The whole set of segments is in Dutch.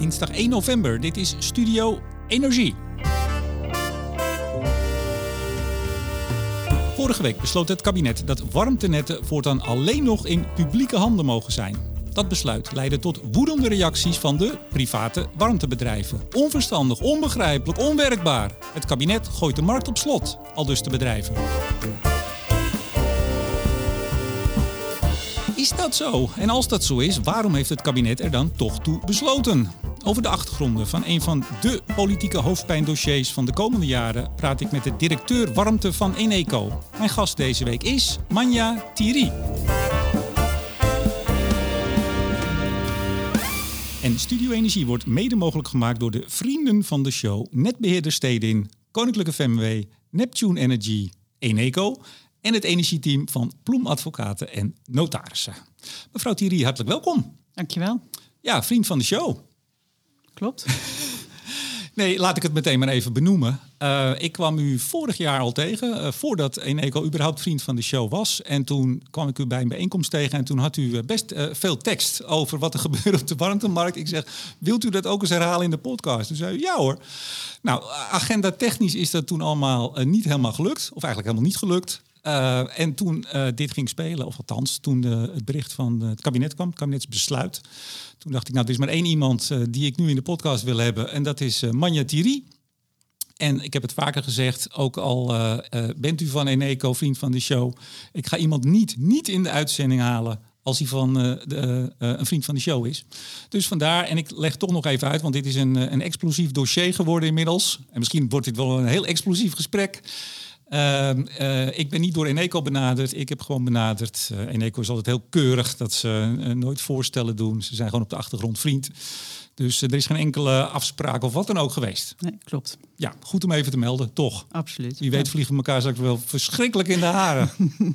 dinsdag 1 november. Dit is Studio Energie. Vorige week besloot het kabinet dat warmtenetten voortaan alleen nog in publieke handen mogen zijn. Dat besluit leidde tot woedende reacties van de private warmtebedrijven. Onverstandig, onbegrijpelijk, onwerkbaar. Het kabinet gooit de markt op slot, aldus de bedrijven. Is dat zo? En als dat zo is, waarom heeft het kabinet er dan toch toe besloten? Over de achtergronden van een van de politieke hoofdpijndossiers van de komende jaren praat ik met de directeur warmte van Eneco. Mijn gast deze week is Manja Thierry. En Studio Energie wordt mede mogelijk gemaakt door de vrienden van de show: Netbeheerder Stedin, Koninklijke FMW, Neptune Energy, Eneco en het energieteam van Ploem Advocaten en Notarissen. Mevrouw Thierry, hartelijk welkom. Dankjewel. Ja, vriend van de show. Klopt. Nee, laat ik het meteen maar even benoemen. Ik kwam u vorig jaar al tegen, voordat Eneco überhaupt vriend van de show was. En toen kwam ik u bij een bijeenkomst tegen en toen had u best veel tekst over wat er gebeurde op de warmtemarkt. Ik zeg, wilt u dat ook eens herhalen in de podcast? Toen zei u, ja hoor. Nou, agenda technisch is dat toen allemaal niet helemaal gelukt, of eigenlijk helemaal niet gelukt. En toen dit ging spelen, of althans toen het bericht van het kabinet kwam, het kabinetsbesluit. Toen dacht ik, nou, er is maar één iemand die ik nu in de podcast wil hebben. En dat is Manja Thierry. En ik heb het vaker gezegd, ook al bent u van Eneco, vriend van de show. Ik ga iemand niet in de uitzending halen als hij van een vriend van de show is. Dus vandaar, en ik leg toch nog even uit, want dit is een explosief dossier geworden inmiddels. En misschien wordt dit wel een heel explosief gesprek. Ik ben niet door Eneco benaderd. Ik heb gewoon benaderd. Eneco is altijd heel keurig dat ze nooit voorstellen doen. Ze zijn gewoon op de achtergrond vriend. Dus er is geen enkele afspraak of wat dan ook geweest. Nee, klopt. Ja, goed om even te melden, toch? Absoluut. Wie weet vliegen we elkaar straks wel verschrikkelijk in de haren.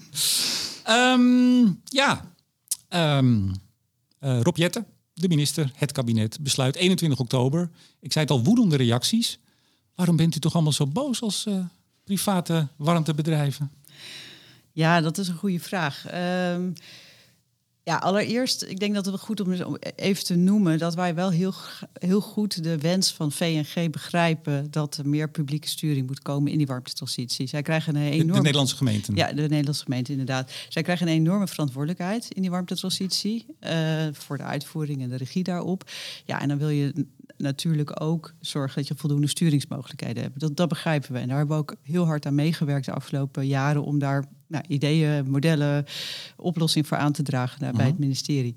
Rob Jetten, de minister, het kabinet, besluit 21 oktober. Ik zei het al, woedende reacties. Waarom bent u toch allemaal zo boos als private warmtebedrijven? Ja, dat is een goede vraag. Allereerst, ik denk dat het wel goed is om even te noemen dat wij wel heel goed de wens van VNG begrijpen dat er meer publieke sturing moet komen in die warmtetransitie. Zij krijgen een enorme... De Nederlandse gemeenten. Ja, de Nederlandse gemeenten inderdaad. Zij krijgen een enorme verantwoordelijkheid in die warmtetransitie voor de uitvoering en de regie daarop. Ja, en dan wil je natuurlijk ook zorgen dat je voldoende sturingsmogelijkheden hebt. Dat begrijpen we. En daar hebben we ook heel hard aan meegewerkt de afgelopen jaren om daar ideeën, modellen, oplossingen voor aan te dragen bij het ministerie.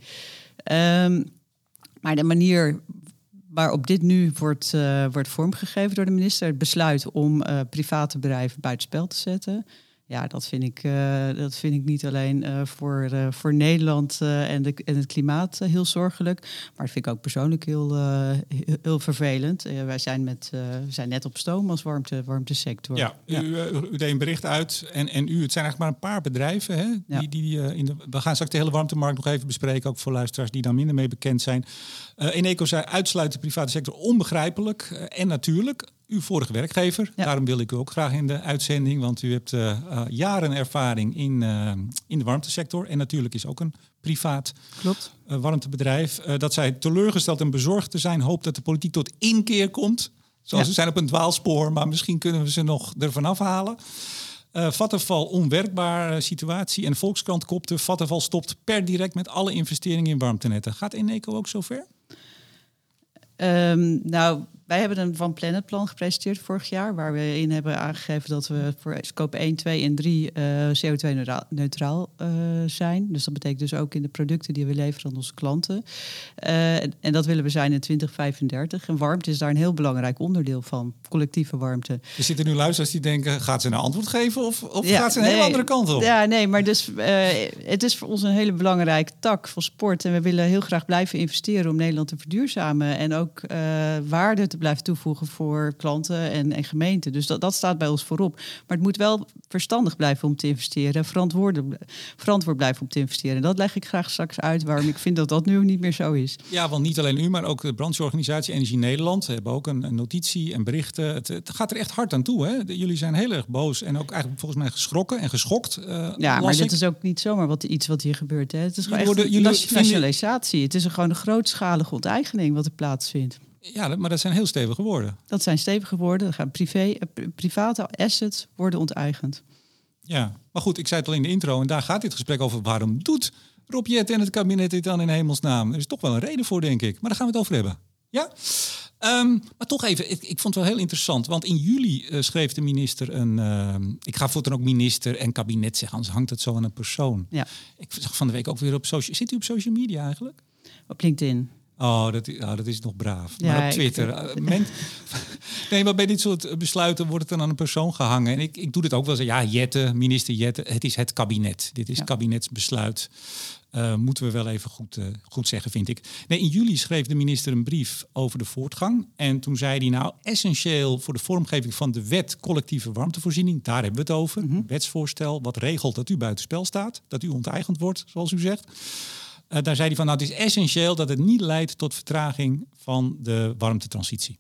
Maar de manier waarop dit nu wordt vormgegeven door de minister, het besluit om private bedrijven buitenspel te zetten. Ja, dat vind ik niet alleen voor Nederland en het klimaat heel zorgelijk. Maar dat vind ik ook persoonlijk heel vervelend. Wij zijn net op stoom als warmtesector. Ja, u deed een bericht uit en u, het zijn eigenlijk maar een paar bedrijven. Hè, we gaan straks de hele warmtemarkt nog even bespreken, ook voor luisteraars die daar minder mee bekend zijn. Eneco zei uitsluit de private sector onbegrijpelijk en natuurlijk. Uw vorige werkgever, daarom wil ik u ook graag in de uitzending, want u hebt jaren ervaring in de warmtesector en natuurlijk is ook een privaat warmtebedrijf. Dat zij teleurgesteld en bezorgd te zijn, hoopt dat de politiek tot inkeer komt. Zoals we zijn op een dwaalspoor, maar misschien kunnen we ze nog ervan afhalen. Vattenfall onwerkbare situatie en Volkskrant kopte: Vattenfall stopt per direct met alle investeringen in warmtenetten. Gaat Eneco ook zover? Wij hebben een Van Planet plan gepresenteerd vorig jaar, waar we in hebben aangegeven dat we voor scope 1, 2 en 3 CO2-neutraal zijn. Dus dat betekent dus ook in de producten die we leveren aan onze klanten. En dat willen we zijn in 2035. En warmte is daar een heel belangrijk onderdeel van, collectieve warmte. Er zitten nu luisteraars die denken, gaat ze een antwoord geven of gaat ze een hele andere kant op? Ja, nee, maar dus het is voor ons een hele belangrijke tak van sport. En we willen heel graag blijven investeren om Nederland te verduurzamen en ook waarde te blijven toevoegen voor klanten en gemeenten. Dus dat staat bij ons voorop. Maar het moet wel verstandig blijven om te investeren. Verantwoord blijven om te investeren. En dat leg ik graag straks uit waarom ik vind dat dat nu niet meer zo is. Ja, want niet alleen u, maar ook de brancheorganisatie Energie Nederland hebben ook een notitie en berichten. Het gaat er echt hard aan toe. Hè? Jullie zijn heel erg boos en ook eigenlijk volgens mij geschrokken en geschokt. Ja, maar dit is ook niet zomaar iets wat hier gebeurt. Hè? Het is gewoon echt nationalisatie. Het is gewoon een grootschalige onteigening wat er plaatsvindt. Ja, maar dat zijn heel stevige woorden. Dat zijn stevige woorden. Er gaan private assets worden onteigend. Ja, maar goed, ik zei het al in de intro en daar gaat dit gesprek over. Waarom doet Rob Jetten en het kabinet dit dan in hemelsnaam? Er is toch wel een reden voor, denk ik. Maar daar gaan we het over hebben. Ja? Maar toch even, ik vond het wel heel interessant. Want in juli schreef de minister ik ga voortaan ook minister en kabinet zeggen, anders hangt het zo aan een persoon. Ja. Ik zag van de week ook weer op social... Zit u op social media eigenlijk? Op LinkedIn. Oh, dat is nog braaf. Ja, maar op Twitter. Nee, maar bij dit soort besluiten wordt het dan aan een persoon gehangen. En ik doe dit ook wel eens. Ja, Jetten, minister Jetten. Het is het kabinet. Dit is kabinetsbesluit. Moeten we wel even goed zeggen, vind ik. Nee, in juli schreef de minister een brief over de voortgang. En toen zei hij nou, essentieel voor de vormgeving van de wet collectieve warmtevoorziening. Daar hebben we het over. Wetsvoorstel wat regelt dat u buitenspel staat. Dat u onteigend wordt, zoals u zegt. Daar zei hij van, nou, het is essentieel dat het niet leidt tot vertraging van de warmtetransitie.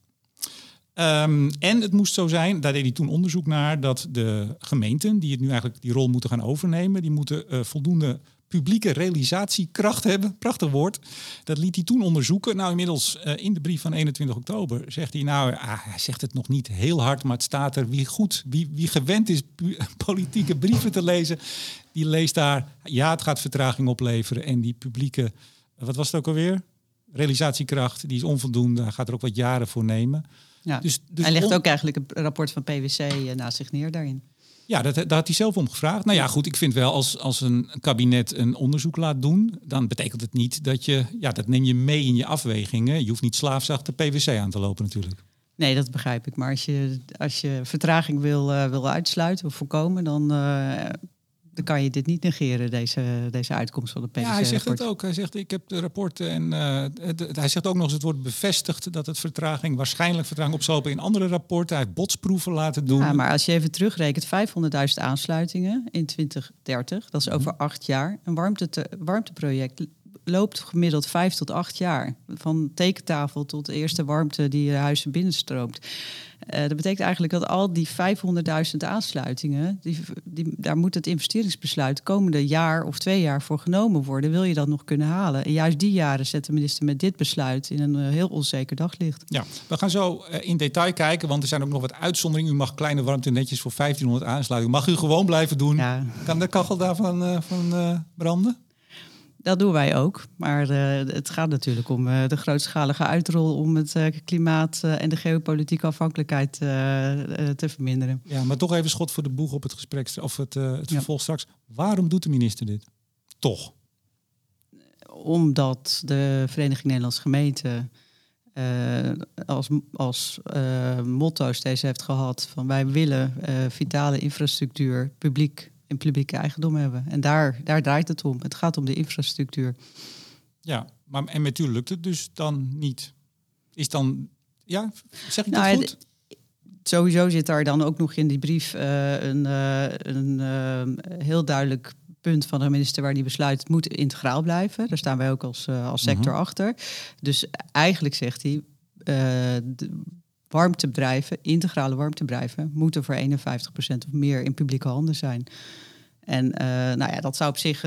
En het moest zo zijn, daar deed hij toen onderzoek naar, dat de gemeenten die het nu eigenlijk die rol moeten gaan overnemen, die moeten voldoende publieke realisatiekracht hebben. Prachtig woord. Dat liet hij toen onderzoeken. Nou, inmiddels in de brief van 21 oktober zegt hij, nou, hij zegt het nog niet heel hard, maar het staat er. Wie gewend is politieke brieven te lezen, die leest daar, ja, het gaat vertraging opleveren. En die publieke, wat was het ook alweer? Realisatiekracht, die is onvoldoende. Hij gaat er ook wat jaren voor nemen. Ja, dus hij legt ook eigenlijk een rapport van PwC naast zich neer daarin. Ja, daar had hij zelf om gevraagd. Nou ja, goed, ik vind wel als een kabinet een onderzoek laat doen, dan betekent het niet dat dat neem je mee in je afwegingen. Je hoeft niet slaafs achter PwC aan te lopen natuurlijk. Nee, dat begrijp ik. Maar als je vertraging wil uitsluiten of voorkomen, dan kan je dit niet negeren, deze uitkomst van de PwC. Ja, hij zegt het ook. Hij zegt, ik heb de rapporten en hij zegt ook nog eens, het wordt bevestigd dat het waarschijnlijk vertraging opzopen in andere rapporten. Hij heeft botsproeven laten doen. Ja, maar als je even terugrekent, 500.000 aansluitingen in 2030, dat is over 8 jaar. Een warmteproject loopt gemiddeld 5 tot 8 jaar. Van tekentafel tot de eerste warmte die je huizen binnenstroomt. Dat betekent eigenlijk dat al die 500.000 aansluitingen, daar moet het investeringsbesluit komende jaar of 2 jaar voor genomen worden. Wil je dat nog kunnen halen? En juist die jaren zet de minister met dit besluit in een heel onzeker daglicht. Ja, we gaan zo in detail kijken, want er zijn ook nog wat uitzonderingen. U mag kleine warmtenetjes voor 1500 aansluiten. Mag u gewoon blijven doen. Ja. Kan de kachel daarvan branden? Dat doen wij ook. Maar het gaat natuurlijk om de grootschalige uitrol om het klimaat en de geopolitieke afhankelijkheid te verminderen. Ja, maar toch even schot voor de boeg op het gesprek of het vervolg straks. Waarom doet de minister dit? Toch? Omdat de Vereniging Nederlandse Gemeenten als motto steeds heeft gehad van wij willen vitale infrastructuur in publieke eigendom hebben. En daar draait het om. Het gaat om de infrastructuur. Ja, maar en met u lukt het dus dan niet? Is dan, ja, zeg ik dat goed? Sowieso zit daar dan ook nog in die brief een heel duidelijk punt van de minister waar die besluit het moet integraal blijven. Daar staan wij ook als sector achter. Dus eigenlijk zegt hij, warmtebedrijven, integrale warmtebedrijven, moeten voor 51% of meer in publieke handen zijn. En dat zou op zich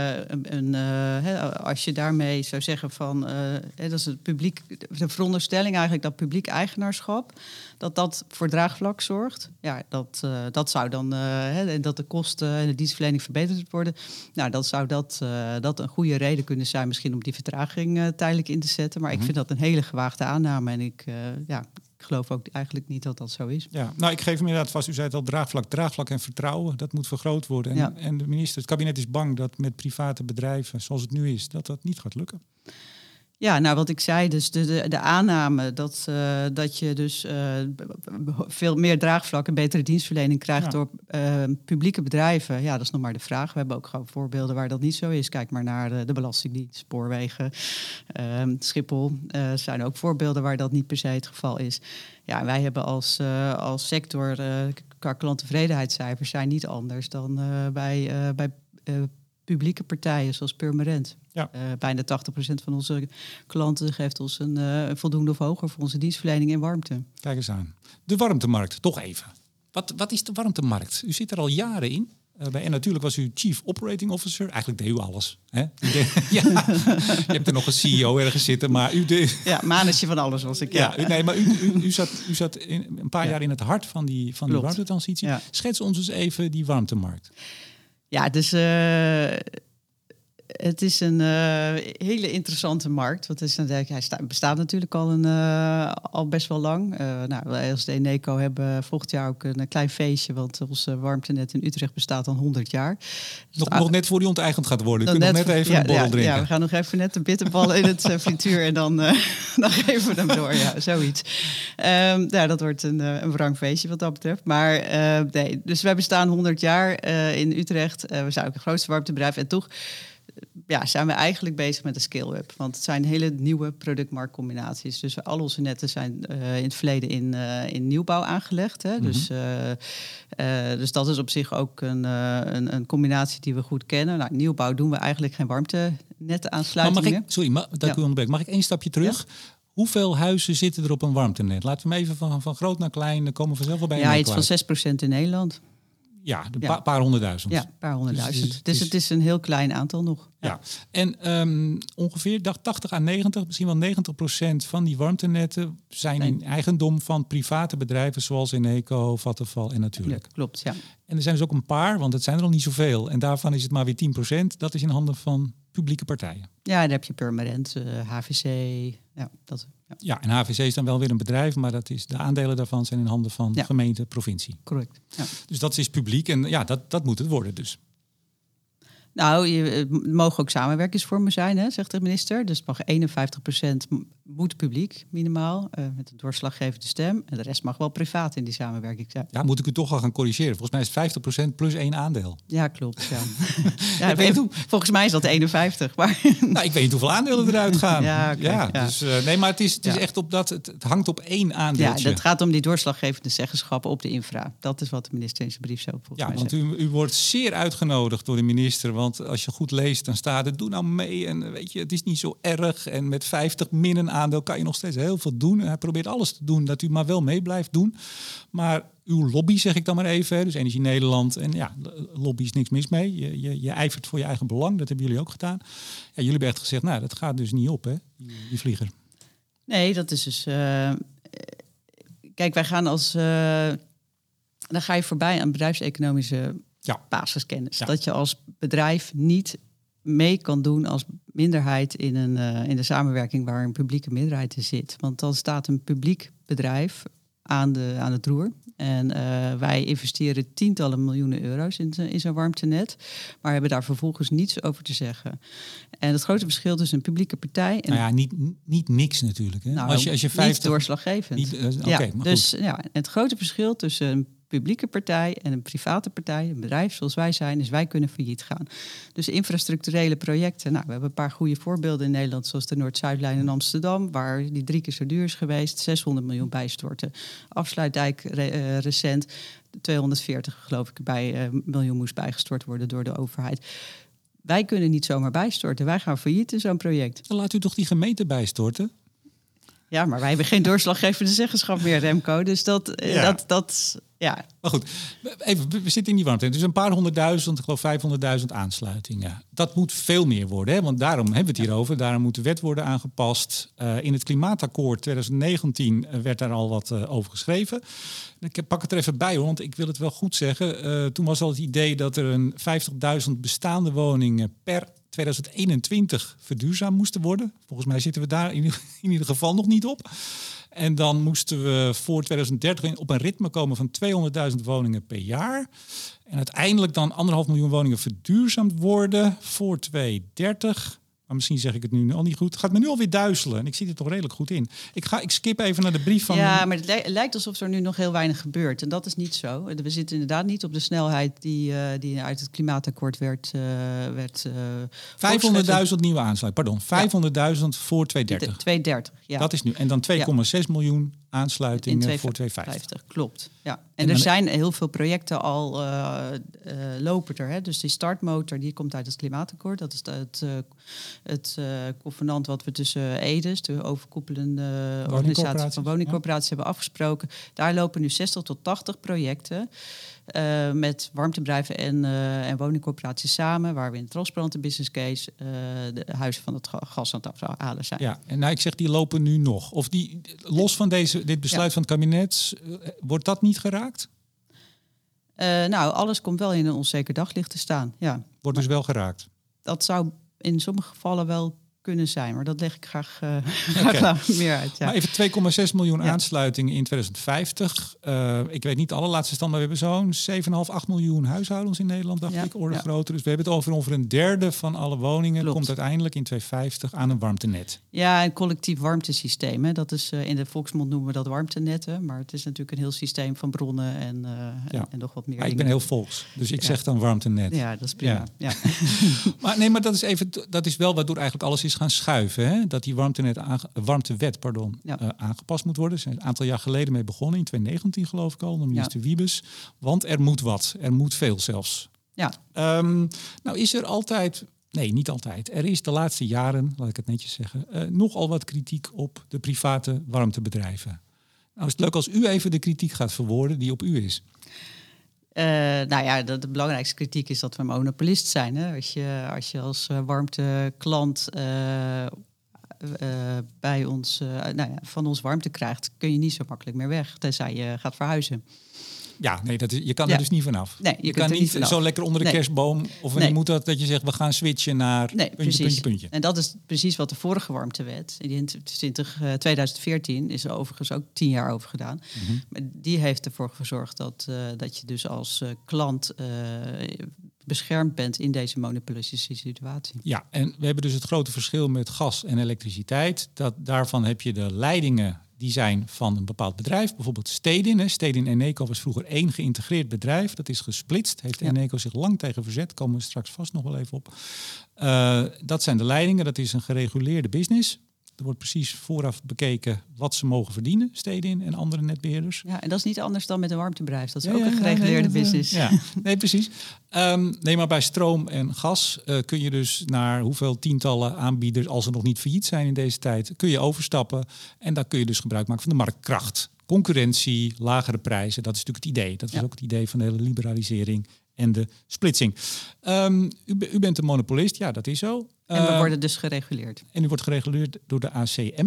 als je daarmee zou zeggen van, dat is het publiek, de veronderstelling eigenlijk dat publiek eigenaarschap, dat voor draagvlak zorgt. Ja, dat zou dan, dat de kosten en de dienstverlening verbeterd worden. Nou, dan zou dat een goede reden kunnen zijn misschien om die vertraging tijdelijk in te zetten. Maar ik vind dat een hele gewaagde aanname en ik geloof ook eigenlijk niet dat dat zo is. Ja, nou, ik geef hem inderdaad vast. U zei het al, draagvlak en vertrouwen, dat moet vergroot worden. En de minister, het kabinet is bang dat met private bedrijven, zoals het nu is, dat niet gaat lukken. Ja, nou wat ik zei, dus de aanname dat je dus veel meer draagvlak en betere dienstverlening krijgt door publieke bedrijven. Ja, dat is nog maar de vraag. We hebben ook gewoon voorbeelden waar dat niet zo is. Kijk maar naar de Belastingdienst, spoorwegen, Schiphol. Zijn ook voorbeelden waar dat niet per se het geval is. Ja, en wij hebben als sector qua klanttevredenheidscijfers zijn niet anders dan bij publieke partijen zoals Purmerend. Ja. Bijna 80% van onze klanten geeft ons een voldoende of hoger voor onze dienstverlening in warmte. Kijk eens aan. De warmtemarkt, toch even. Wat is de warmtemarkt? U zit er al jaren in. En natuurlijk was u Chief Operating Officer. Eigenlijk deed u alles. Hè? Je hebt er nog een CEO ergens zitten, maar u deed... Ja, manetje van alles was ik. Ja. Maar u zat een paar jaar in het hart van die warmtetransitie. Ja. Schets ons eens even die warmtemarkt. Ja, dus het is een hele interessante markt. Want hij bestaat natuurlijk al best wel lang. Als de Eneco hebben volgend jaar ook een klein feestje. Want ons warmtenet in Utrecht bestaat al 100 jaar. Dus nog net voor die onteigend gaat worden. U kunt nog net even een borrel drinken. Ja, we gaan nog even net de bitterballen in het frituur. En dan geven we hem door. Ja, zoiets. Dat wordt een wrang feestje wat dat betreft. Maar nee, dus wij bestaan 100 jaar in Utrecht. We zijn ook het grootste warmtebedrijf. En toch... zijn we eigenlijk bezig met een scale-up. Want het zijn hele nieuwe productmarktcombinaties. Dus al onze netten zijn in het verleden in nieuwbouw aangelegd. Hè? Mm-hmm. Dus dat is op zich ook een combinatie die we goed kennen. Nou, nieuwbouw doen we eigenlijk geen warmtenetaansluitingen. Mag ik één stapje terug? Ja? Hoeveel huizen zitten er op een warmtenet? Laten we hem even van groot naar klein komen vanzelf wel bij. Ja, iets van 6% in Nederland. Ja, paar honderdduizend. Ja, een paar honderdduizend. Dus het is een heel klein aantal nog. Ja. En ongeveer 80 à 90, misschien wel 90% van die warmtenetten zijn in eigendom van private bedrijven zoals Eneco, Vattenfall en natuurlijk. Ja, klopt, ja. En er zijn dus ook een paar, want het zijn er al niet zoveel. En daarvan is het maar weer 10%. Dat is in handen van publieke partijen. Ja, daar heb je Purmerend, HVC. Ja, en HVC is dan wel weer een bedrijf, maar de aandelen daarvan zijn in handen van gemeente, provincie. Correct. Ja. Dus dat is publiek en dat moet het worden dus. Nou, het mogen ook samenwerkingsvormen zijn, hè, zegt de minister. Dus het mag 51% moet publiek, minimaal, met een doorslaggevende stem. En de rest mag wel privaat in die samenwerking zijn. Ja, moet ik u toch al gaan corrigeren. Volgens mij is het 50% plus 1 aandeel. Ja, klopt. Ja. Volgens mij is dat 51. Maar... Nou, ik weet niet hoeveel aandelen eruit gaan. Ja. Dus, maar het is echt op dat het hangt op 1 aandeeltje. Ja, het gaat om die doorslaggevende zeggenschappen op de infra. Dat is wat de minister in zijn brief zo volgens mij zegt. Want u wordt zeer uitgenodigd door de minister. Want als je goed leest, dan staat het, doe nou mee. En weet je, het is niet zo erg. En met 50 min een aandeel kan je nog steeds heel veel doen. En hij probeert alles te doen dat u maar wel mee blijft doen. Maar uw lobby, zeg ik dan maar even, dus Energie Nederland. En lobby is niks mis mee. Je ijvert voor je eigen belang. Dat hebben jullie ook gedaan. Ja, jullie hebben echt gezegd, dat gaat dus niet op, hè, die vlieger. Nee, dat is dus... Kijk, wij gaan dan ga je voorbij aan bedrijfseconomische basiskennis. Ja. Dat je als bedrijf niet mee kan doen als minderheid in de samenwerking waar een publieke meerderheid in zit. Want dan staat een publiek bedrijf aan het roer. En wij investeren tientallen miljoenen euro's in zo'n warmtenet, maar hebben daar vervolgens niets over te zeggen. En het grote verschil tussen een publieke partij en... niet niks natuurlijk. Hè? Nou, als je 50... niet doorslaggevend. Het grote verschil tussen een publieke partij en een private partij, een bedrijf zoals wij zijn, is wij kunnen failliet gaan. Dus infrastructurele projecten, we hebben een paar goede voorbeelden in Nederland, zoals de Noord-Zuidlijn in Amsterdam, waar die 3 keer zo duur is geweest, 600 miljoen bijstorten. Afsluitdijk recent, 240 geloof ik miljoen moest bijgestort worden door de overheid. Wij kunnen niet zomaar bijstorten, wij gaan failliet in zo'n project. Dan laat u toch die gemeente bijstorten? Ja, maar wij hebben geen doorslaggevende zeggenschap meer, Remco. Dus dat. Maar goed, even, we zitten in die warmte. Dus een paar honderdduizend, ik geloof 500.000 aansluitingen. Dat moet veel meer worden, hè? Want daarom hebben we het hier over. Daarom moet de wet worden aangepast. In het klimaatakkoord 2019 werd daar al wat over geschreven. Ik pak het er even bij, hoor, want ik wil het wel goed zeggen. Toen was al het idee dat er een 50.000 bestaande woningen per 2021 verduurzaamd moesten worden. Volgens mij zitten we daar in ieder geval nog niet op. En dan moesten we voor 2030 op een ritme komen van 200.000 woningen per jaar. En uiteindelijk dan 1,5 miljoen woningen verduurzaamd worden voor 2030. Maar misschien zeg ik het nu al niet goed. Het gaat me nu alweer duizelen. En ik zie het toch redelijk goed in. Ik skip even naar de brief van... Ja, maar het lijkt alsof er nu nog heel weinig gebeurt. En dat is niet zo. We zitten inderdaad niet op de snelheid die uit het klimaatakkoord werd 500.000 nieuwe aansluitingen. Pardon, 500.000 voor 2030. 2030, ja. Dat is nu. En dan 2,6 miljoen aansluitingen voor 2050. Klopt, ja. En er zijn heel veel projecten al lopen er. Hè? Dus die startmotor die komt uit het klimaatakkoord. Dat is het convenant wat we tussen EDES, de overkoepelende organisatie van woningcorporaties, hebben afgesproken. Daar lopen nu 60 tot 80 projecten met warmtebedrijven en woningcorporaties samen, waar we in het transparante business case de huizen van het gas aan het afhalen zijn. Ja, en ik zeg die lopen nu nog. Of die los van dit besluit van het kabinet, wordt dat niet geraakt? Alles komt wel in een onzeker daglicht te staan. Ja. Wordt dus wel geraakt? Dat zou in sommige gevallen wel kunnen zijn, maar dat leg ik graag meer uit. Ja. Maar even 2,6 miljoen aansluitingen in 2050. Ik weet niet de allerlaatste stand, maar we hebben zo'n 7,5, 8 miljoen huishoudens in Nederland, dacht ik, orde groter. Dus we hebben het over een derde van alle woningen komt uiteindelijk in 2050 aan een warmtenet. Ja, een collectief warmtesysteem. Hè. Dat is, in de volksmond noemen we dat warmtenetten, maar het is natuurlijk een heel systeem van bronnen en nog wat meer. Ja, ik ben heel volks, dus ik zeg dan warmtenet. Ja, dat is prima. Ja. maar dat is wel waardoor eigenlijk alles is gaan schuiven. Hè? Dat die warmtewet aangepast moet worden. Ze zijn een aantal jaar geleden mee begonnen. In 2019 geloof ik al, door minister Wiebes. Want er moet wat. Er moet veel zelfs. Ja. Is er altijd... Nee, niet altijd. Er is de laatste jaren, laat ik het netjes zeggen, nogal wat kritiek op de private warmtebedrijven. Nou is het leuk als u even de kritiek gaat verwoorden die op u is. De belangrijkste kritiek is dat we monopolist zijn. Hè? Als je als warmteklant bij ons, van ons warmte krijgt, kun je niet zo makkelijk meer weg, tenzij je gaat verhuizen. Ja, nee, je kan er dus niet vanaf. Nee, je kan niet zo lekker onder de kerstboom. Of wanneer moet dat je zegt, we gaan switchen naar puntje. En dat is precies wat de vorige warmtewet, in 2014, is er overigens ook 10 jaar over gedaan. Mm-hmm. Maar die heeft ervoor gezorgd dat je dus als klant beschermd bent in deze monopolistische situatie. Ja, en we hebben dus het grote verschil met gas en elektriciteit. Daarvan heb je de leidingen die zijn van een bepaald bedrijf. Bijvoorbeeld Stedin. Stedin Eneco was vroeger 1 geïntegreerd bedrijf. Dat is gesplitst. Heeft Eneco zich lang tegen verzet. Komen we straks vast nog wel even op. Dat zijn de leidingen. Dat is een gereguleerde business. Er wordt precies vooraf bekeken wat ze mogen verdienen, Stedin en andere netbeheerders. Ja, en dat is niet anders dan met een warmtebedrijf. Dat is ook een gereguleerde business. Ja, nee, precies. Maar bij stroom en gas kun je dus naar hoeveel tientallen aanbieders, als ze nog niet failliet zijn in deze tijd, kun je overstappen. En dan kun je dus gebruik maken van de marktkracht. Concurrentie, lagere prijzen, dat is natuurlijk het idee. Dat is ook het idee van de hele liberalisering en de splitsing. U bent een monopolist, ja, dat is zo. En we worden dus gereguleerd. En u wordt gereguleerd door de ACM.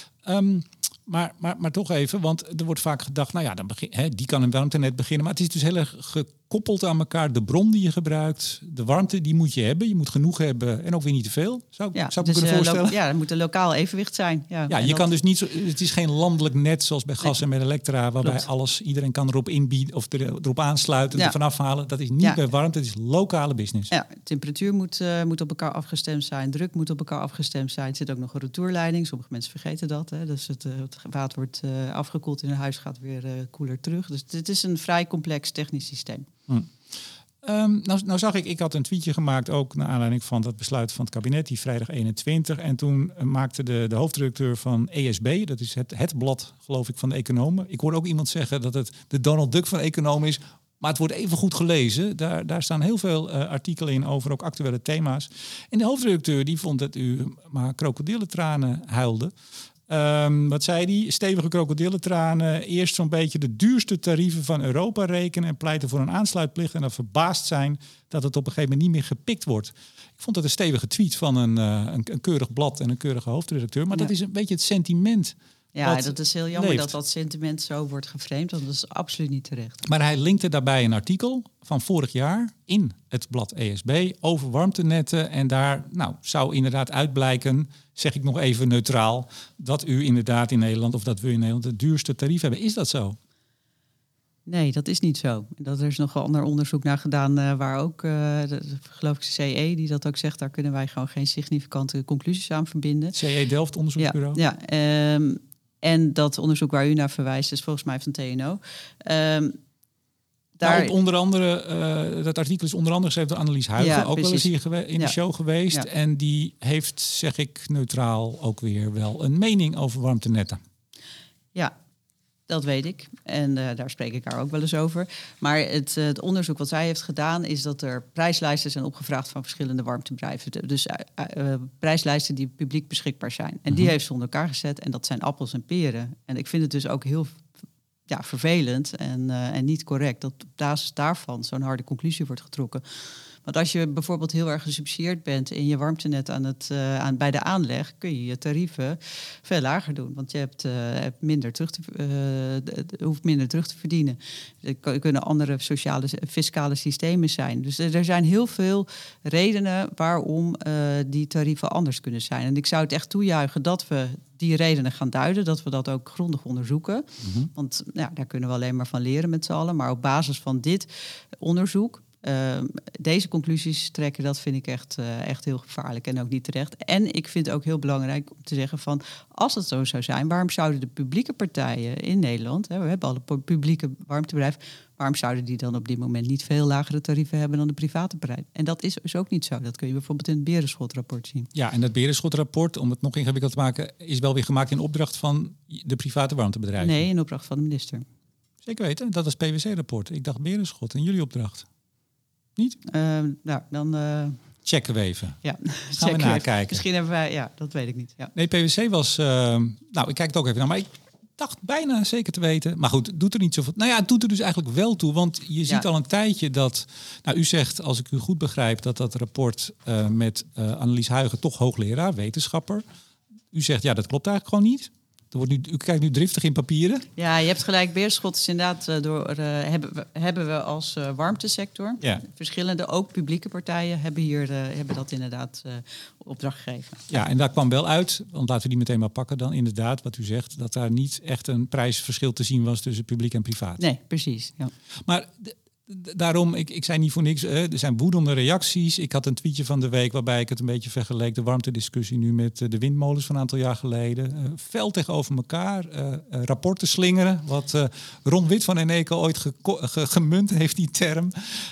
Maar toch even, want er wordt vaak gedacht, die kan een warmtenet beginnen. Maar het is dus heel erg gekoppeld aan elkaar. De bron die je gebruikt, de warmte, die moet je hebben. Je moet genoeg hebben en ook weer niet te veel. Zou ik me kunnen voorstellen? Er moet een lokaal evenwicht zijn. Ja, je kan dus niet zo. Het is geen landelijk net zoals bij gas en met elektra, waarbij iedereen kan erop inbieden of erop aansluiten en ervan afhalen. Dat is niet bij warmte, het is lokale business. Ja, temperatuur moet op elkaar afgestemd zijn, druk moet op elkaar afgestemd zijn. Er zit ook nog een retourleiding. Sommige mensen vergeten dat. Hè. Dus het water wordt afgekoeld in een huis, gaat weer koeler terug. Dus het is een vrij complex technisch systeem. Nou zag ik had een tweetje gemaakt ook naar aanleiding van dat besluit van het kabinet, die vrijdag 21. En toen maakte de hoofdredacteur van ESB, dat is het blad, geloof ik, van de economen. Ik hoorde ook iemand zeggen dat het de Donald Duck van economen is, maar het wordt even goed gelezen. Daar staan heel veel artikelen in over ook actuele thema's. En de hoofdredacteur die vond dat u maar krokodillentranen huilde. Wat zei hij? Stevige krokodillentranen. Eerst zo'n beetje de duurste tarieven van Europa rekenen en pleiten voor een aansluitplicht. En dan verbaasd zijn dat het op een gegeven moment niet meer gepikt wordt. Ik vond dat een stevige tweet van een keurig blad en een keurige hoofdredacteur. Maar dat is een beetje het sentiment. Ja, dat is heel jammer dat sentiment zo wordt geframed. Want dat is absoluut niet terecht. Maar hij linkte daarbij een artikel van vorig jaar in het blad ESB over warmtenetten. En daar zou inderdaad uitblijken, zeg ik nog even neutraal, dat u inderdaad in Nederland, of dat we in Nederland het duurste tarief hebben. Is dat zo? Nee, dat is niet zo. Er is nog een ander onderzoek naar gedaan waar ook, geloof ik, CE, die dat ook zegt, daar kunnen wij gewoon geen significante conclusies aan verbinden. CE Delft onderzoeksbureau? Ja, en dat onderzoek waar u naar verwijst is volgens mij van TNO. Daar... onder andere, dat artikel is onder andere geschreven door Annelies Huigen, ook precies. wel eens hier in de show geweest. Ja. En die heeft, zeg ik neutraal, ook weer wel een mening over warmtenetten. Ja, dat weet ik. En daar spreek ik haar ook wel eens over. Maar het onderzoek wat zij heeft gedaan is dat er prijslijsten zijn opgevraagd van verschillende warmtebedrijven. Dus prijslijsten die publiek beschikbaar zijn. En die heeft ze onder elkaar gezet en dat zijn appels en peren. En ik vind het dus ook heel vervelend en niet correct dat op basis daarvan zo'n harde conclusie wordt getrokken. Want als je bijvoorbeeld heel erg gesubsidieerd bent in je warmtenet bij de aanleg, kun je je tarieven veel lager doen. Want je hebt hoeft minder terug te verdienen. Er kunnen andere fiscale systemen zijn. Dus er zijn heel veel redenen waarom die tarieven anders kunnen zijn. En ik zou het echt toejuichen dat we die redenen gaan duiden, dat we dat ook grondig onderzoeken. Want daar kunnen we alleen maar van leren met z'n allen. Maar op basis van dit onderzoek, deze conclusies trekken, dat vind ik echt heel gevaarlijk en ook niet terecht. En ik vind het ook heel belangrijk om te zeggen van, als het zo zou zijn, waarom zouden de publieke partijen in Nederland, we hebben alle publieke warmtebedrijven, waarom zouden die dan op dit moment niet veel lagere tarieven hebben dan de private partijen? En dat is dus ook niet zo. Dat kun je bijvoorbeeld in het Berenschot-rapport zien. Ja, en dat Berenschot-rapport, om het nog ingewikkeld te maken, is wel weer gemaakt in opdracht van de private warmtebedrijven? Nee, in opdracht van de minister. Zeker weten, dat was PwC-rapport. Ik dacht Berenschot, in jullie opdracht. Niet? Dan checken we even. Ja, gaan we nakijken. Misschien hebben wij, dat weet ik niet. Ja. Nee, PwC was, ik kijk het ook even naar, maar ik dacht bijna zeker te weten. Maar goed, doet er niet zoveel. Nou ja, het doet er dus eigenlijk wel toe, want je ziet al een tijdje dat, u zegt, als ik u goed begrijp, dat rapport met Annelies Huigen, toch hoogleraar, wetenschapper. U zegt, dat klopt eigenlijk gewoon niet. U kijkt nu driftig in papieren. Ja, je hebt gelijk. Beerschot is inderdaad hebben we als warmtesector. Ja. Verschillende, ook publieke partijen, hebben dat inderdaad opdracht gegeven. Ja, en daar kwam wel uit, want laten we die meteen maar pakken dan inderdaad, wat u zegt, dat daar niet echt een prijsverschil te zien was tussen publiek en privaat. Nee, precies. Ja. Maar daarom, ik zei niet voor niks, er zijn woedende reacties. Ik had een tweetje van de week waarbij ik het een beetje vergeleek, de warmtediscussie nu met de windmolens van een aantal jaar geleden. Fel tegenover elkaar, rapporten slingeren, wat Ron Wit van Eneco ooit gemunt heeft, die term.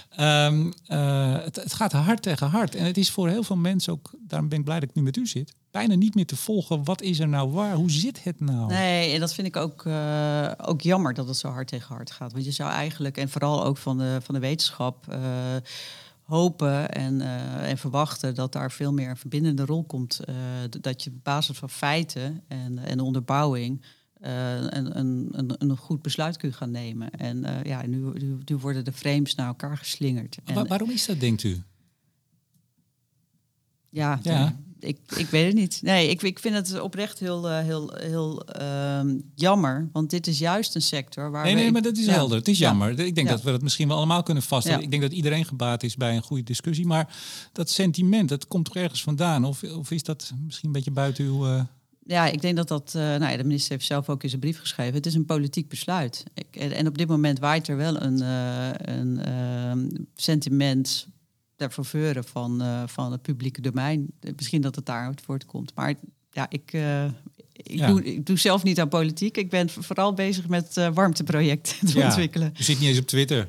Het gaat hard tegen hard. En het is voor heel veel mensen ook, daarom ben ik blij dat ik nu met u zit, bijna niet meer te volgen. Wat is er nou waar? Hoe zit het nou? Nee, en dat vind ik ook jammer dat het zo hard tegen hard gaat. Want je zou eigenlijk, en vooral ook van de wetenschap, hopen en verwachten dat daar veel meer een verbindende rol komt. Dat je op basis van feiten en onderbouwing een goed besluit kunt gaan nemen. En nu worden de frames naar elkaar geslingerd. Waarom is dat, denkt u? Ja. Ik weet het niet. Nee, ik vind het oprecht heel jammer. Want dit is juist een sector waar Nee, maar dat is helder. Het is jammer. Ik denk dat we dat misschien wel allemaal kunnen vaststellen. Ja. Ik denk dat iedereen gebaat is bij een goede discussie. Maar dat sentiment, dat komt toch ergens vandaan? Of is dat misschien een beetje buiten uw... Ja, ik denk dat de minister heeft zelf ook in zijn brief geschreven. Het is een politiek besluit. En op dit moment waait er wel een sentiment ter faveur van het publieke domein. Misschien dat het daaruit voortkomt. Maar ik doe zelf niet aan politiek. Ik ben vooral bezig met warmteprojecten te ontwikkelen. Je zit niet eens op Twitter.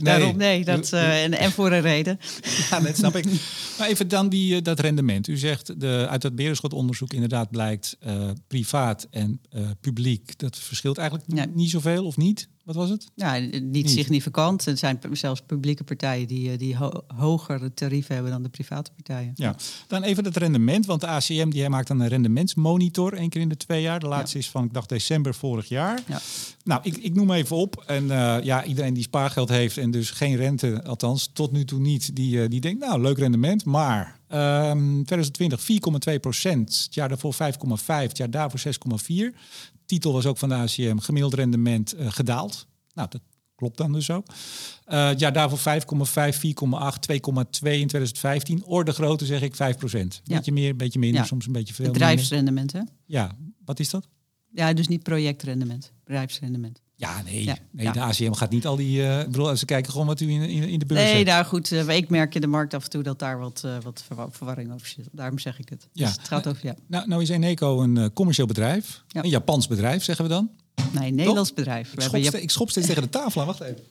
En voor een reden. Ja, dat snap ik. Maar even dan dat rendement. U zegt, uit dat Berenschot-onderzoek inderdaad blijkt privaat en publiek. Dat verschilt eigenlijk niet zoveel, of niet? Wat was het? Ja, niet significant. Er zijn zelfs publieke partijen die hogere tarieven hebben dan de private partijen. Ja, dan even het rendement. Want de ACM die maakt dan een rendementsmonitor 1 keer in de 2 jaar. De laatste is van, ik dacht, december vorig jaar. Ja. Nou, ik noem even op. En iedereen die spaargeld heeft en dus geen rente, althans tot nu toe niet, die denkt, nou, leuk rendement. Maar 2020 4,2%. Het jaar daarvoor 5,5%. Het jaar daarvoor 6,4%. Titel was ook van de ACM, gemiddeld rendement gedaald. Nou, dat klopt dan dus ook. Daarvoor 5,5, 4,8, 2,2 in 2015. Orde grootte zeg ik 5%. Beetje meer, beetje minder, soms een beetje veel. Bedrijfsrendement, hè? Ja, wat is dat? Ja, dus niet projectrendement, bedrijfsrendement. Ja. De ACM gaat niet al die... ik bedoel, ze kijken gewoon wat u in de beurs Nee, hebt. nou goed, ik merk in de markt af en toe dat daar wat verwarring over zit. Daarom zeg ik het. Ja. Dus het gaat over, Nou is Eneco een commercieel bedrijf. Ja. Een Japans bedrijf, zeggen we dan. Nee, een Nederlands bedrijf. Ik schop steeds tegen de tafel aan. Wacht even.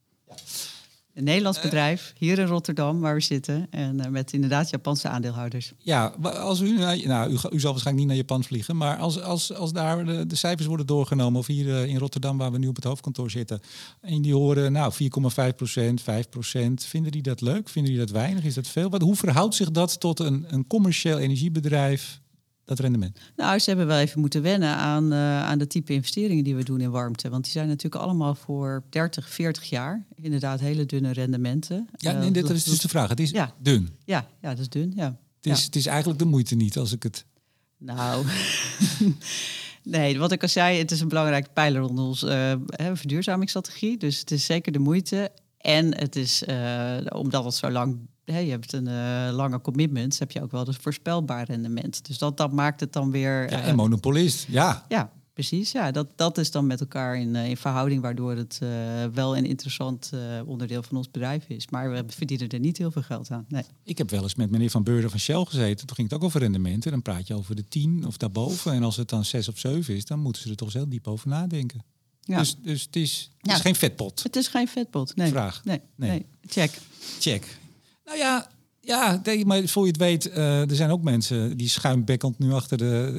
Een Nederlands bedrijf, hier in Rotterdam, waar we zitten. En met inderdaad Japanse aandeelhouders. Ja, als u zal waarschijnlijk niet naar Japan vliegen. Maar als daar de cijfers worden doorgenomen, of hier in Rotterdam, waar we nu op het hoofdkantoor zitten, en die horen 4,5%, 5%. Vinden die dat leuk? Vinden die dat weinig? Is dat veel? Hoe verhoudt zich dat tot een commercieel energiebedrijf, dat rendement? Nou, ze hebben wel even moeten wennen aan de type investeringen die we doen in warmte. Want die zijn natuurlijk allemaal voor 30, 40 jaar. Inderdaad, hele dunne rendementen. Ja, dat is dus de vraag. Het is dun. Ja, dat is dun, ja. Het is eigenlijk de moeite niet, als ik het... Nou, nee, wat ik al zei, het is een belangrijke pijler onder onze verduurzamingsstrategie. Dus het is zeker de moeite. En het is, omdat het zo lang... je hebt een lange commitment, heb je ook wel dus voorspelbaar rendement. Dus dat maakt het dan weer... en monopolist, ja. Ja, precies. Ja, dat is dan met elkaar in verhouding, waardoor het wel een interessant onderdeel van ons bedrijf is. Maar we verdienen er niet heel veel geld aan. Nee. Ik heb wel eens met meneer Van Beurden van Shell gezeten. Toen ging het ook over rendementen. Dan praat je over de 10 of daarboven. En als het dan 6 of 7 is, dan moeten ze er toch heel diep over nadenken. Ja. Dus het is geen vetpot. Het is geen vetpot, nee. Vraag. Nee. Check. Nou ja, maar voor je het weet, er zijn ook mensen die schuimbekkend nu achter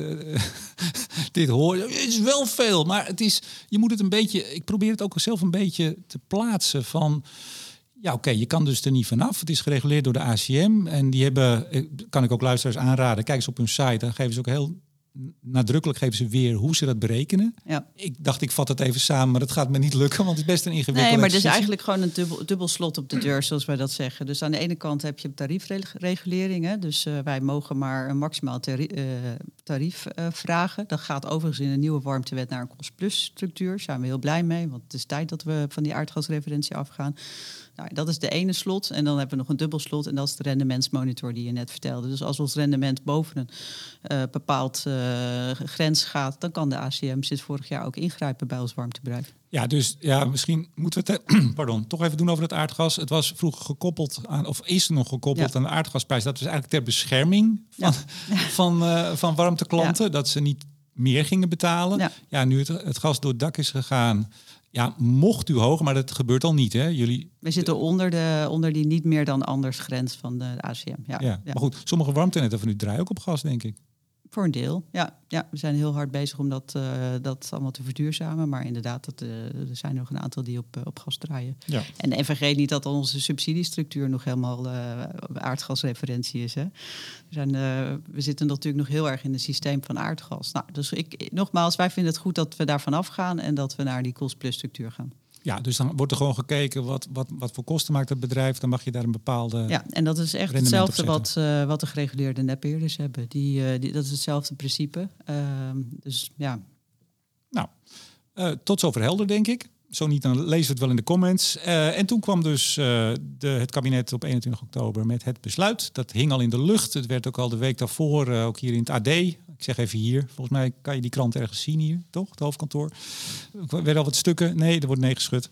dit horen. Het is wel veel, maar je moet het een beetje... Ik probeer het ook zelf een beetje te plaatsen van... Ja, oké, je kan dus er niet vanaf. Het is gereguleerd door de ACM. En die hebben, kan ik ook luisteraars aanraden, kijk eens op hun site. Dan geven ze ook heel nadrukkelijk weer hoe ze dat berekenen. Ja. Ik dacht, ik vat het even samen, maar dat gaat me niet lukken, want het is best een ingewikkeld. Nee, maar het is eigenlijk gewoon een dubbel slot op de deur, zoals wij dat zeggen. Dus aan de ene kant heb je tariefregulering. Hè? Dus wij mogen maar een maximaal tarief vragen. Dat gaat overigens in een nieuwe warmtewet naar een cost-plus structuur. Daar zijn we heel blij mee, want het is tijd dat we van die aardgasreferentie afgaan. Nou, dat is de ene slot. En dan hebben we nog een dubbel slot. En dat is de rendementsmonitor die je net vertelde. Dus als ons rendement boven een bepaald grens gaat, dan kan de ACM sinds vorig jaar ook ingrijpen bij ons warmtebedrijf. Ja, dus misschien moeten we het toch even doen over het aardgas. Het was vroeger gekoppeld aan, of is nog gekoppeld aan de aardgasprijs. Dat was eigenlijk ter bescherming van warmteklanten. Ja. Dat ze niet meer gingen betalen. Ja, nu het gas door het dak is gegaan. Ja, mocht u hoger, maar dat gebeurt al niet, hè? We zitten onder die niet meer dan anders grens van de ACM. Ja. Maar goed, sommige warmtenetten van u draaien ook op gas, denk ik. Voor een deel, ja. We zijn heel hard bezig om dat allemaal te verduurzamen. Maar inderdaad, er zijn nog een aantal die op gas draaien. Ja. En vergeet niet dat onze subsidiestructuur nog helemaal aardgasreferentie is. Hè. We zitten natuurlijk nog heel erg in het systeem van aardgas. Nou, dus nogmaals, wij vinden het goed dat we daarvan afgaan en dat we naar die cost-plus structuur gaan. Ja, dus dan wordt er gewoon gekeken wat voor kosten maakt het bedrijf. Dan mag je daar een bepaalde... Ja, en dat is echt hetzelfde wat de gereguleerde netbeheerders hebben. Dat is hetzelfde principe. Dus ja. Nou, tot zover helder, denk ik. Zo niet, dan lezen we het wel in de comments. En toen kwam dus het kabinet op 21 oktober met het besluit. Dat hing al in de lucht. Het werd ook al de week daarvoor, ook hier in het AD. Ik zeg even hier. Volgens mij kan je die krant ergens zien hier, toch? Het hoofdkantoor. Er werden al wat stukken. Nee, er wordt nee geschud.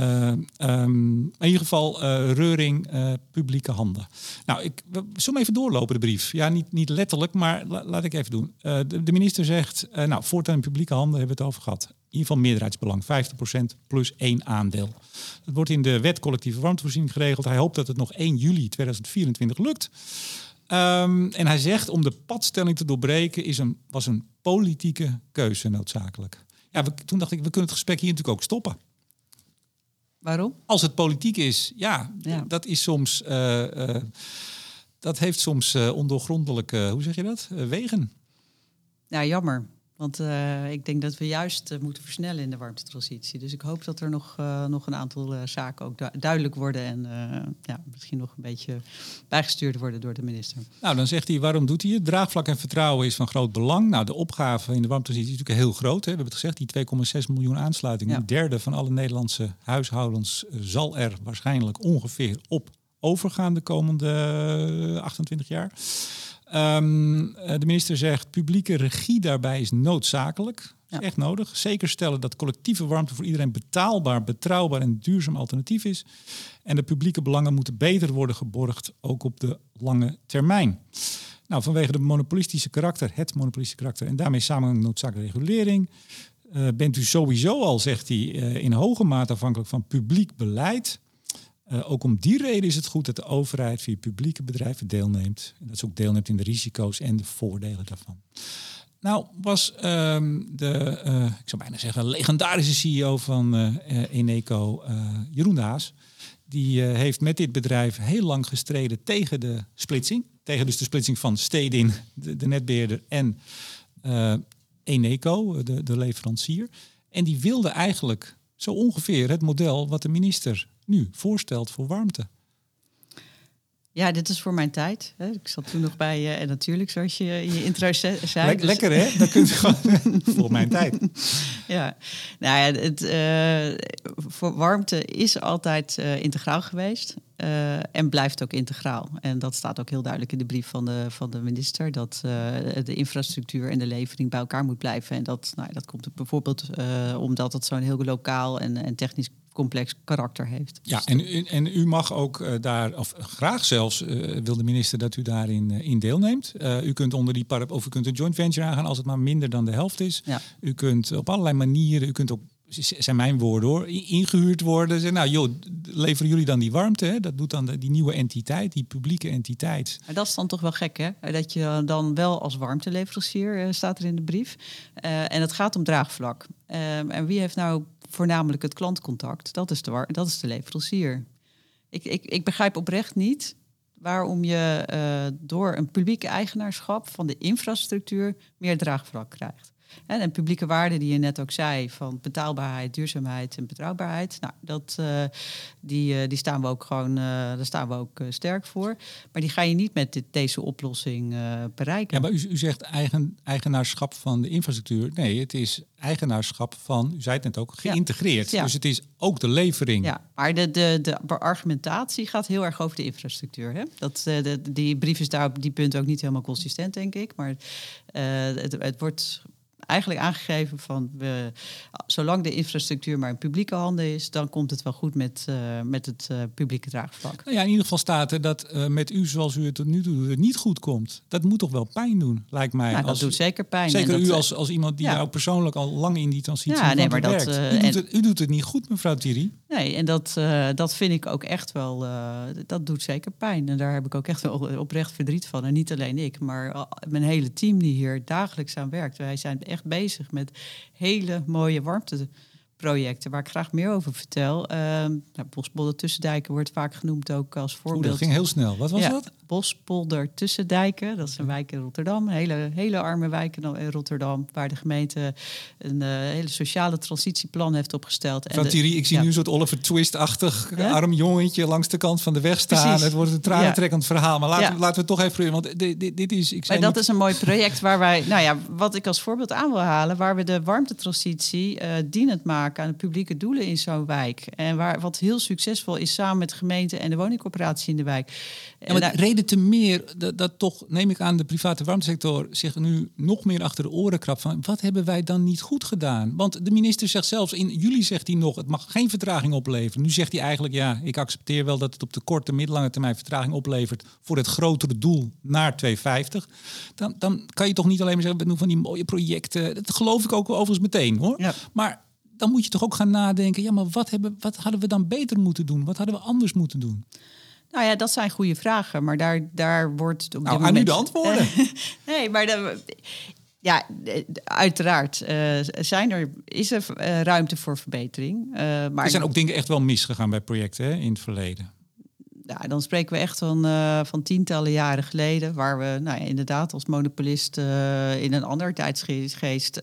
In ieder geval reuring publieke handen. Nou, ik zal even doorlopen, de brief. Ja, niet letterlijk, maar laat ik even doen. De minister zegt, voortaan in publieke handen hebben we het over gehad. In ieder geval meerderheidsbelang, 50% plus 1 aandeel. Dat wordt in de wet collectieve warmtevoorziening geregeld. Hij hoopt dat het nog 1 juli 2024 lukt. En hij zegt, om de padstelling te doorbreken was een politieke keuze noodzakelijk. Ja, toen dacht ik, we kunnen het gesprek hier natuurlijk ook stoppen. Waarom? Als het politiek is, dat is soms... dat heeft soms ondoorgrondelijke, hoe zeg je dat, wegen. Ja, jammer. Want ik denk dat we juist moeten versnellen in de warmtetransitie. Dus ik hoop dat er nog een aantal zaken ook duidelijk worden en misschien nog een beetje bijgestuurd worden door de minister. Nou, dan zegt hij, waarom doet hij het? Draagvlak en vertrouwen is van groot belang. Nou, de opgave in de warmtetransitie is natuurlijk heel groot. Hè? We hebben het gezegd, die 2,6 miljoen aansluitingen. Ja. Een derde van alle Nederlandse huishoudens zal er waarschijnlijk ongeveer op overgaan de komende 28 jaar. De minister zegt, publieke regie daarbij is noodzakelijk. Dat is echt nodig. Zeker stellen dat collectieve warmte voor iedereen betaalbaar, betrouwbaar en duurzaam alternatief is. En de publieke belangen moeten beter worden geborgd, ook op de lange termijn. Nou, vanwege het monopolistische karakter en daarmee samenhangende noodzakelijke regulering, bent u sowieso al, zegt hij, in hoge mate afhankelijk van publiek beleid. Ook om die reden is het goed dat de overheid via publieke bedrijven deelneemt. En dat ze ook deelneemt in de risico's en de voordelen daarvan. Nou was ik zou bijna zeggen, legendarische CEO van Eneco, Jeroen de Haas. Die heeft met dit bedrijf heel lang gestreden tegen de splitsing. Tegen dus de splitsing van Stedin, de netbeheerder, en Eneco, de leverancier. En die wilde eigenlijk zo ongeveer het model wat de minister nu voorstelt voor warmte. Ja, dit is voor mijn tijd. Ik zat toen nog bij en natuurlijk, zoals je in je intro zei. Lekker hè? Dat kunt u gewoon voor mijn tijd. Ja, nou ja, voor warmte is altijd integraal geweest en blijft ook integraal. En dat staat ook heel duidelijk in de brief van de minister, dat de infrastructuur en de levering bij elkaar moet blijven. En dat komt ook bijvoorbeeld omdat het zo'n heel lokaal en technisch complex karakter heeft. Ja, en u mag ook daar, of graag zelfs, wil de minister dat u daarin in deelneemt. U kunt onder die of u kunt een joint venture aangaan als het maar minder dan de helft is. Ja. U kunt op allerlei manieren, u kunt ook, zijn mijn woorden hoor, ingehuurd worden. Zeg, nou joh, leveren jullie dan die warmte? Hè? Dat doet dan die nieuwe entiteit, die publieke entiteit. Maar dat is dan toch wel gek, hè? Dat je dan wel als warmteleverancier, staat er in de brief. En het gaat om draagvlak. En wie heeft nou voornamelijk het klantcontact? Dat is de leverancier. Ik begrijp oprecht niet waarom je door een publieke eigenaarschap van de infrastructuur meer draagvlak krijgt. En publieke waarden die je net ook zei, van betaalbaarheid, duurzaamheid en betrouwbaarheid, nou, die staan we ook gewoon, daar staan we ook sterk voor. Maar die ga je niet met deze oplossing bereiken. Ja, maar u zegt eigenaarschap van de infrastructuur. Nee, het is eigenaarschap van, u zei het net ook, geïntegreerd. Ja. Dus het is ook de levering. Ja, maar de argumentatie gaat heel erg over de infrastructuur. Hè? Die brief is daar op die punt ook niet helemaal consistent, denk ik. Maar het wordt eigenlijk aangegeven van zolang de infrastructuur maar in publieke handen is, dan komt het wel goed met het publieke draagvlak. Nou ja, in ieder geval staat er dat met u zoals u het tot nu toe doet, het niet goed komt. Dat moet toch wel pijn doen, lijkt mij. Nou, dat doet zeker pijn. Zeker en u als iemand die nou persoonlijk al lang in die transitie werkt. U doet het niet goed, mevrouw Thierry. Nee, en dat vind ik ook echt wel, dat doet zeker pijn. En daar heb ik ook echt wel oprecht verdriet van. En niet alleen ik, maar mijn hele team die hier dagelijks aan werkt. Wij zijn echt bezig met hele mooie warmteprojecten waar ik graag meer over vertel. Bospolder Tussendijken wordt vaak genoemd ook als voorbeeld. Dat ging heel snel. Wat was dat? Bospolder Tussendijken, dat is een wijk in Rotterdam. Een hele arme wijk in Rotterdam, waar de gemeente een hele sociale transitieplan heeft opgesteld. Van Thierry, ik zie nu een soort Oliver Twist-achtig arm jongetje langs de kant van de weg staan. Precies. Het wordt een tranentrekkend verhaal, maar laten we het toch even proberen. Want dit is... dat is een mooi project waar wij, wat ik als voorbeeld aan wil halen, waar we de warmtetransitie dienend maken aan de publieke doelen in zo'n wijk. En wat heel succesvol is samen met de gemeente en de woningcorporatie in de wijk. Reden te meer dat toch, neem ik aan, de private warmtesector zich nu nog meer achter de oren krabt van wat hebben wij dan niet goed gedaan? Want de minister zegt zelfs, in juli zegt hij nog, het mag geen vertraging opleveren. Nu zegt hij eigenlijk, ik accepteer wel dat het op de korte, middellange termijn vertraging oplevert voor het grotere doel naar 2050. Dan kan je toch niet alleen maar zeggen, we doen van die mooie projecten. Dat geloof ik ook overigens meteen, hoor. Ja. Maar dan moet je toch ook gaan nadenken, maar wat hadden we dan beter moeten doen? Wat hadden we anders moeten doen? Nou ja, dat zijn goede vragen, maar daar wordt op dit moment... aan u de antwoorden. Nee, maar uiteraard is er ruimte voor verbetering. Maar er zijn ook dingen echt wel misgegaan bij projecten in het verleden. Ja, dan spreken we echt van tientallen jaren geleden, waar we inderdaad als monopolist in een ander tijdsgeest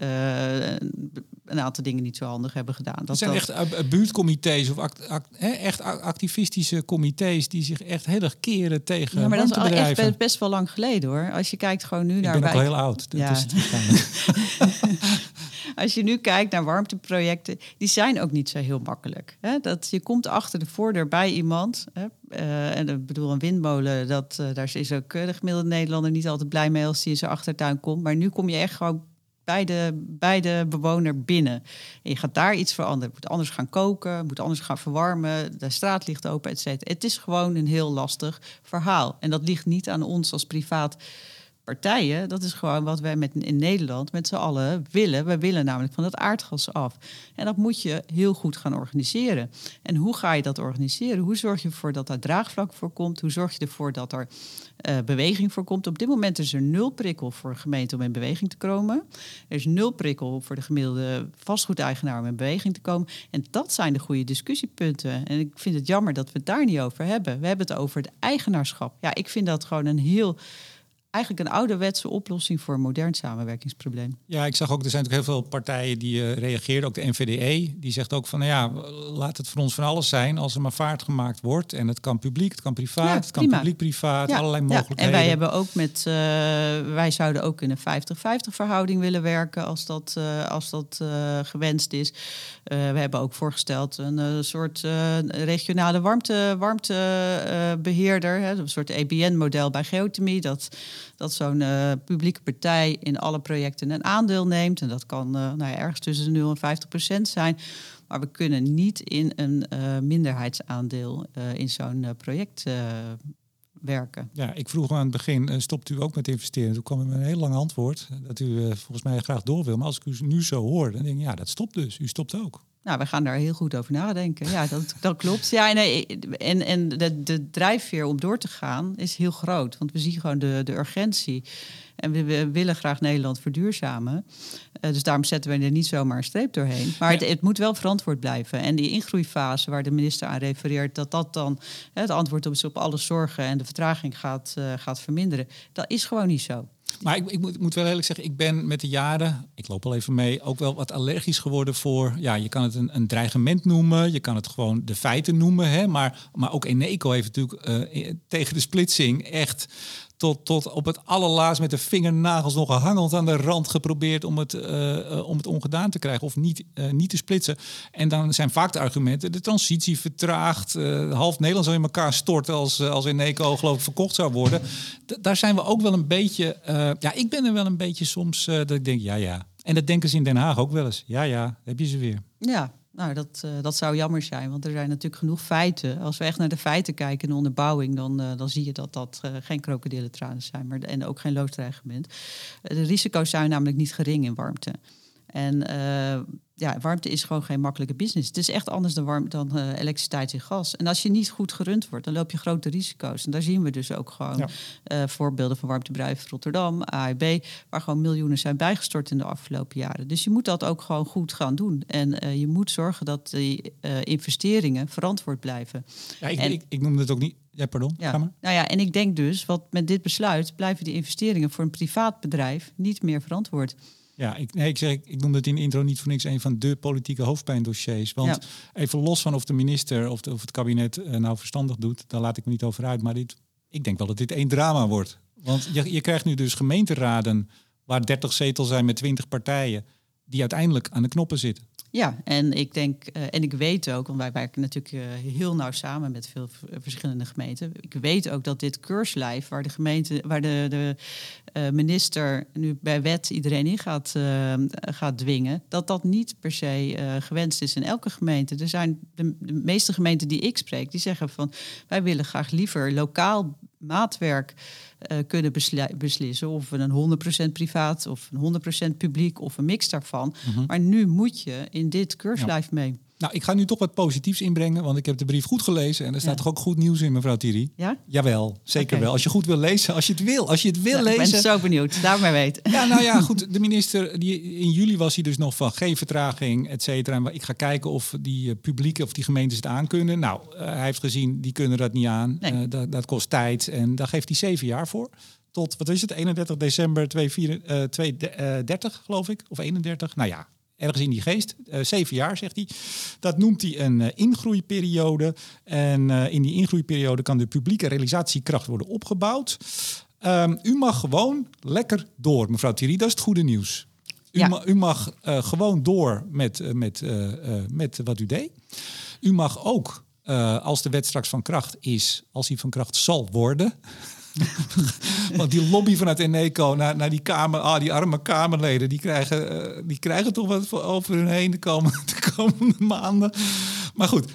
een aantal dingen niet zo handig hebben gedaan. Dat zijn echt buurtcomité's of echt activistische comité's die zich echt heel erg keren tegen. Ja, maar dat is echt best wel lang geleden, hoor. Als je kijkt gewoon nu naar. Ik ben ook al heel oud. Ja. Dus Als je nu kijkt naar warmteprojecten, die zijn ook niet zo heel makkelijk. Je komt achter de voordeur bij iemand. En ik bedoel, een windmolen, daar is ook de gemiddelde Nederlander niet altijd blij mee als die in zijn achtertuin komt. Maar nu kom je echt gewoon bij de bewoner binnen. En je gaat daar iets veranderen. Je moet anders gaan koken, moet anders gaan verwarmen. De straat ligt open, et cetera. Het is gewoon een heel lastig verhaal. En dat ligt niet aan ons als privaat partijen. Dat is gewoon wat wij in Nederland met z'n allen willen. We willen namelijk van het aardgas af. En dat moet je heel goed gaan organiseren. En hoe ga je dat organiseren? Hoe zorg je ervoor dat daar draagvlak voor komt? Hoe zorg je ervoor dat er beweging voor komt? Op dit moment is er 0 prikkel voor een gemeente om in beweging te komen. Er is 0 prikkel voor de gemiddelde vastgoedeigenaar om in beweging te komen. En dat zijn de goede discussiepunten. En ik vind het jammer dat we het daar niet over hebben. We hebben het over het eigenaarschap. Ja, ik vind dat gewoon eigenlijk een ouderwetse oplossing voor een modern samenwerkingsprobleem. Ja, ik zag ook, er zijn natuurlijk heel veel partijen die reageerden. Ook de NVDE, die zegt ook van, laat het voor ons van alles zijn als er maar vaart gemaakt wordt. En het kan publiek, het kan privaat, het kan publiek-privaat, allerlei mogelijkheden. En wij hebben ook wij zouden ook in een 50-50 verhouding willen werken als dat gewenst is. We hebben ook voorgesteld een soort regionale warmtebeheerder, een soort EBN-model bij geothermie, dat zo'n publieke partij in alle projecten een aandeel neemt. En dat kan ergens tussen de 0 en 50% zijn. Maar we kunnen niet in een minderheidsaandeel in zo'n project werken. Ja, ik vroeg aan het begin, stopt u ook met investeren? Toen kwam er met een heel lang antwoord dat u volgens mij graag door wil. Maar als ik u nu zo hoor, dan denk ik, dat stopt dus. U stopt ook. Nou, we gaan daar heel goed over nadenken. Ja, dat klopt. Ja, nee, en de drijfveer om door te gaan is heel groot. Want we zien gewoon de urgentie. En we willen graag Nederland verduurzamen. Dus daarom zetten we er niet zomaar een streep doorheen. Maar het moet wel verantwoord blijven. En die ingroeifase waar de minister aan refereert, dat dan het antwoord op alle zorgen en de vertraging gaat verminderen. Dat is gewoon niet zo. Maar ik moet wel eerlijk zeggen, ik ben met de jaren, ik loop al even mee, ook wel wat allergisch geworden voor, je kan het een dreigement noemen, je kan het gewoon de feiten noemen, hè, maar ook Eneco heeft natuurlijk tegen de splitsing echt tot op het allerlaatst met de vingernagels nog gehangeld aan de rand geprobeerd om het ongedaan te krijgen of niet te splitsen. En dan zijn vaak de argumenten, de transitie vertraagt, half Nederland zou in elkaar storten als Eneco geloof ik verkocht zou worden. Daar zijn we ook wel een beetje, ik ben er wel een beetje soms dat ik denk, ja. En dat denken ze in Den Haag ook wel eens. Ja, heb je ze weer. Ja. Nou, dat zou jammer zijn, want er zijn natuurlijk genoeg feiten. Als we echt naar de feiten kijken in de onderbouwing, dan zie je dat geen krokodillentranen zijn, en ook geen loodstrijgement. De risico's zijn namelijk niet gering in warmte. En warmte is gewoon geen makkelijke business. Het is echt anders dan elektriciteit en gas. En als je niet goed gerund wordt, dan loop je grote risico's. En daar zien we dus ook gewoon voorbeelden van warmtebedrijven Rotterdam, AEB, waar gewoon miljoenen zijn bijgestort in de afgelopen jaren. Dus je moet dat ook gewoon goed gaan doen. En je moet zorgen dat die investeringen verantwoord blijven. Ja, ik noemde het ook niet. Ja, pardon. Ga maar. Nou ja, en ik denk dus, wat met dit besluit blijven die investeringen voor een privaat bedrijf niet meer verantwoord. Ja, ik noemde het in de intro niet voor niks een van de politieke hoofdpijndossiers. Want even los van of de minister of het kabinet nou verstandig doet, daar laat ik me niet over uit. Maar ik denk wel dat dit één drama wordt. Want je krijgt nu dus gemeenteraden waar 30 zetels zijn met 20 partijen die uiteindelijk aan de knoppen zitten. Ja, en ik denk, en ik weet ook, want wij werken natuurlijk heel nauw samen met veel verschillende gemeenten. Ik weet ook dat dit keurslijf, waar de minister nu bij wet iedereen in gaat dwingen, dat niet per se gewenst is in elke gemeente. Er zijn de meeste gemeenten die ik spreek, die zeggen van, wij willen graag liever lokaal maatwerk kunnen beslissen of we een 100% privaat of een 100% publiek of een mix daarvan. Mm-hmm. Maar nu moet je in dit keurslijf mee. Nou, ik ga nu toch wat positiefs inbrengen, want ik heb de brief goed gelezen en er staat toch ook goed nieuws in, mevrouw Thierry? Ja? Jawel, zeker wel. Als je goed wil lezen, als je het wil lezen. Ik ben zo benieuwd, laat maar weten. Ja, nou ja, goed. De minister, in juli was hij dus nog van geen vertraging, et cetera. En ik ga kijken of die publieken of die gemeentes het aankunnen. Nou, hij heeft gezien, die kunnen dat niet aan. Nee. Dat kost tijd en daar geeft hij 7 jaar voor. Tot, wat is het, 31 december 2030, geloof ik, of 31. Nou ja. Ergens in die geest, 7 jaar zegt hij. Dat noemt hij een ingroeiperiode. En in die ingroeiperiode kan de publieke realisatiekracht worden opgebouwd. U mag gewoon lekker door, mevrouw Thierry. Dat is het goede nieuws. U mag gewoon door met wat u deed. U mag ook, als de wet straks van kracht is, als die van kracht zal worden, Want die lobby vanuit Eneco naar die kamer, die arme Kamerleden, die krijgen toch wat over hun heen de komende maanden. Maar goed,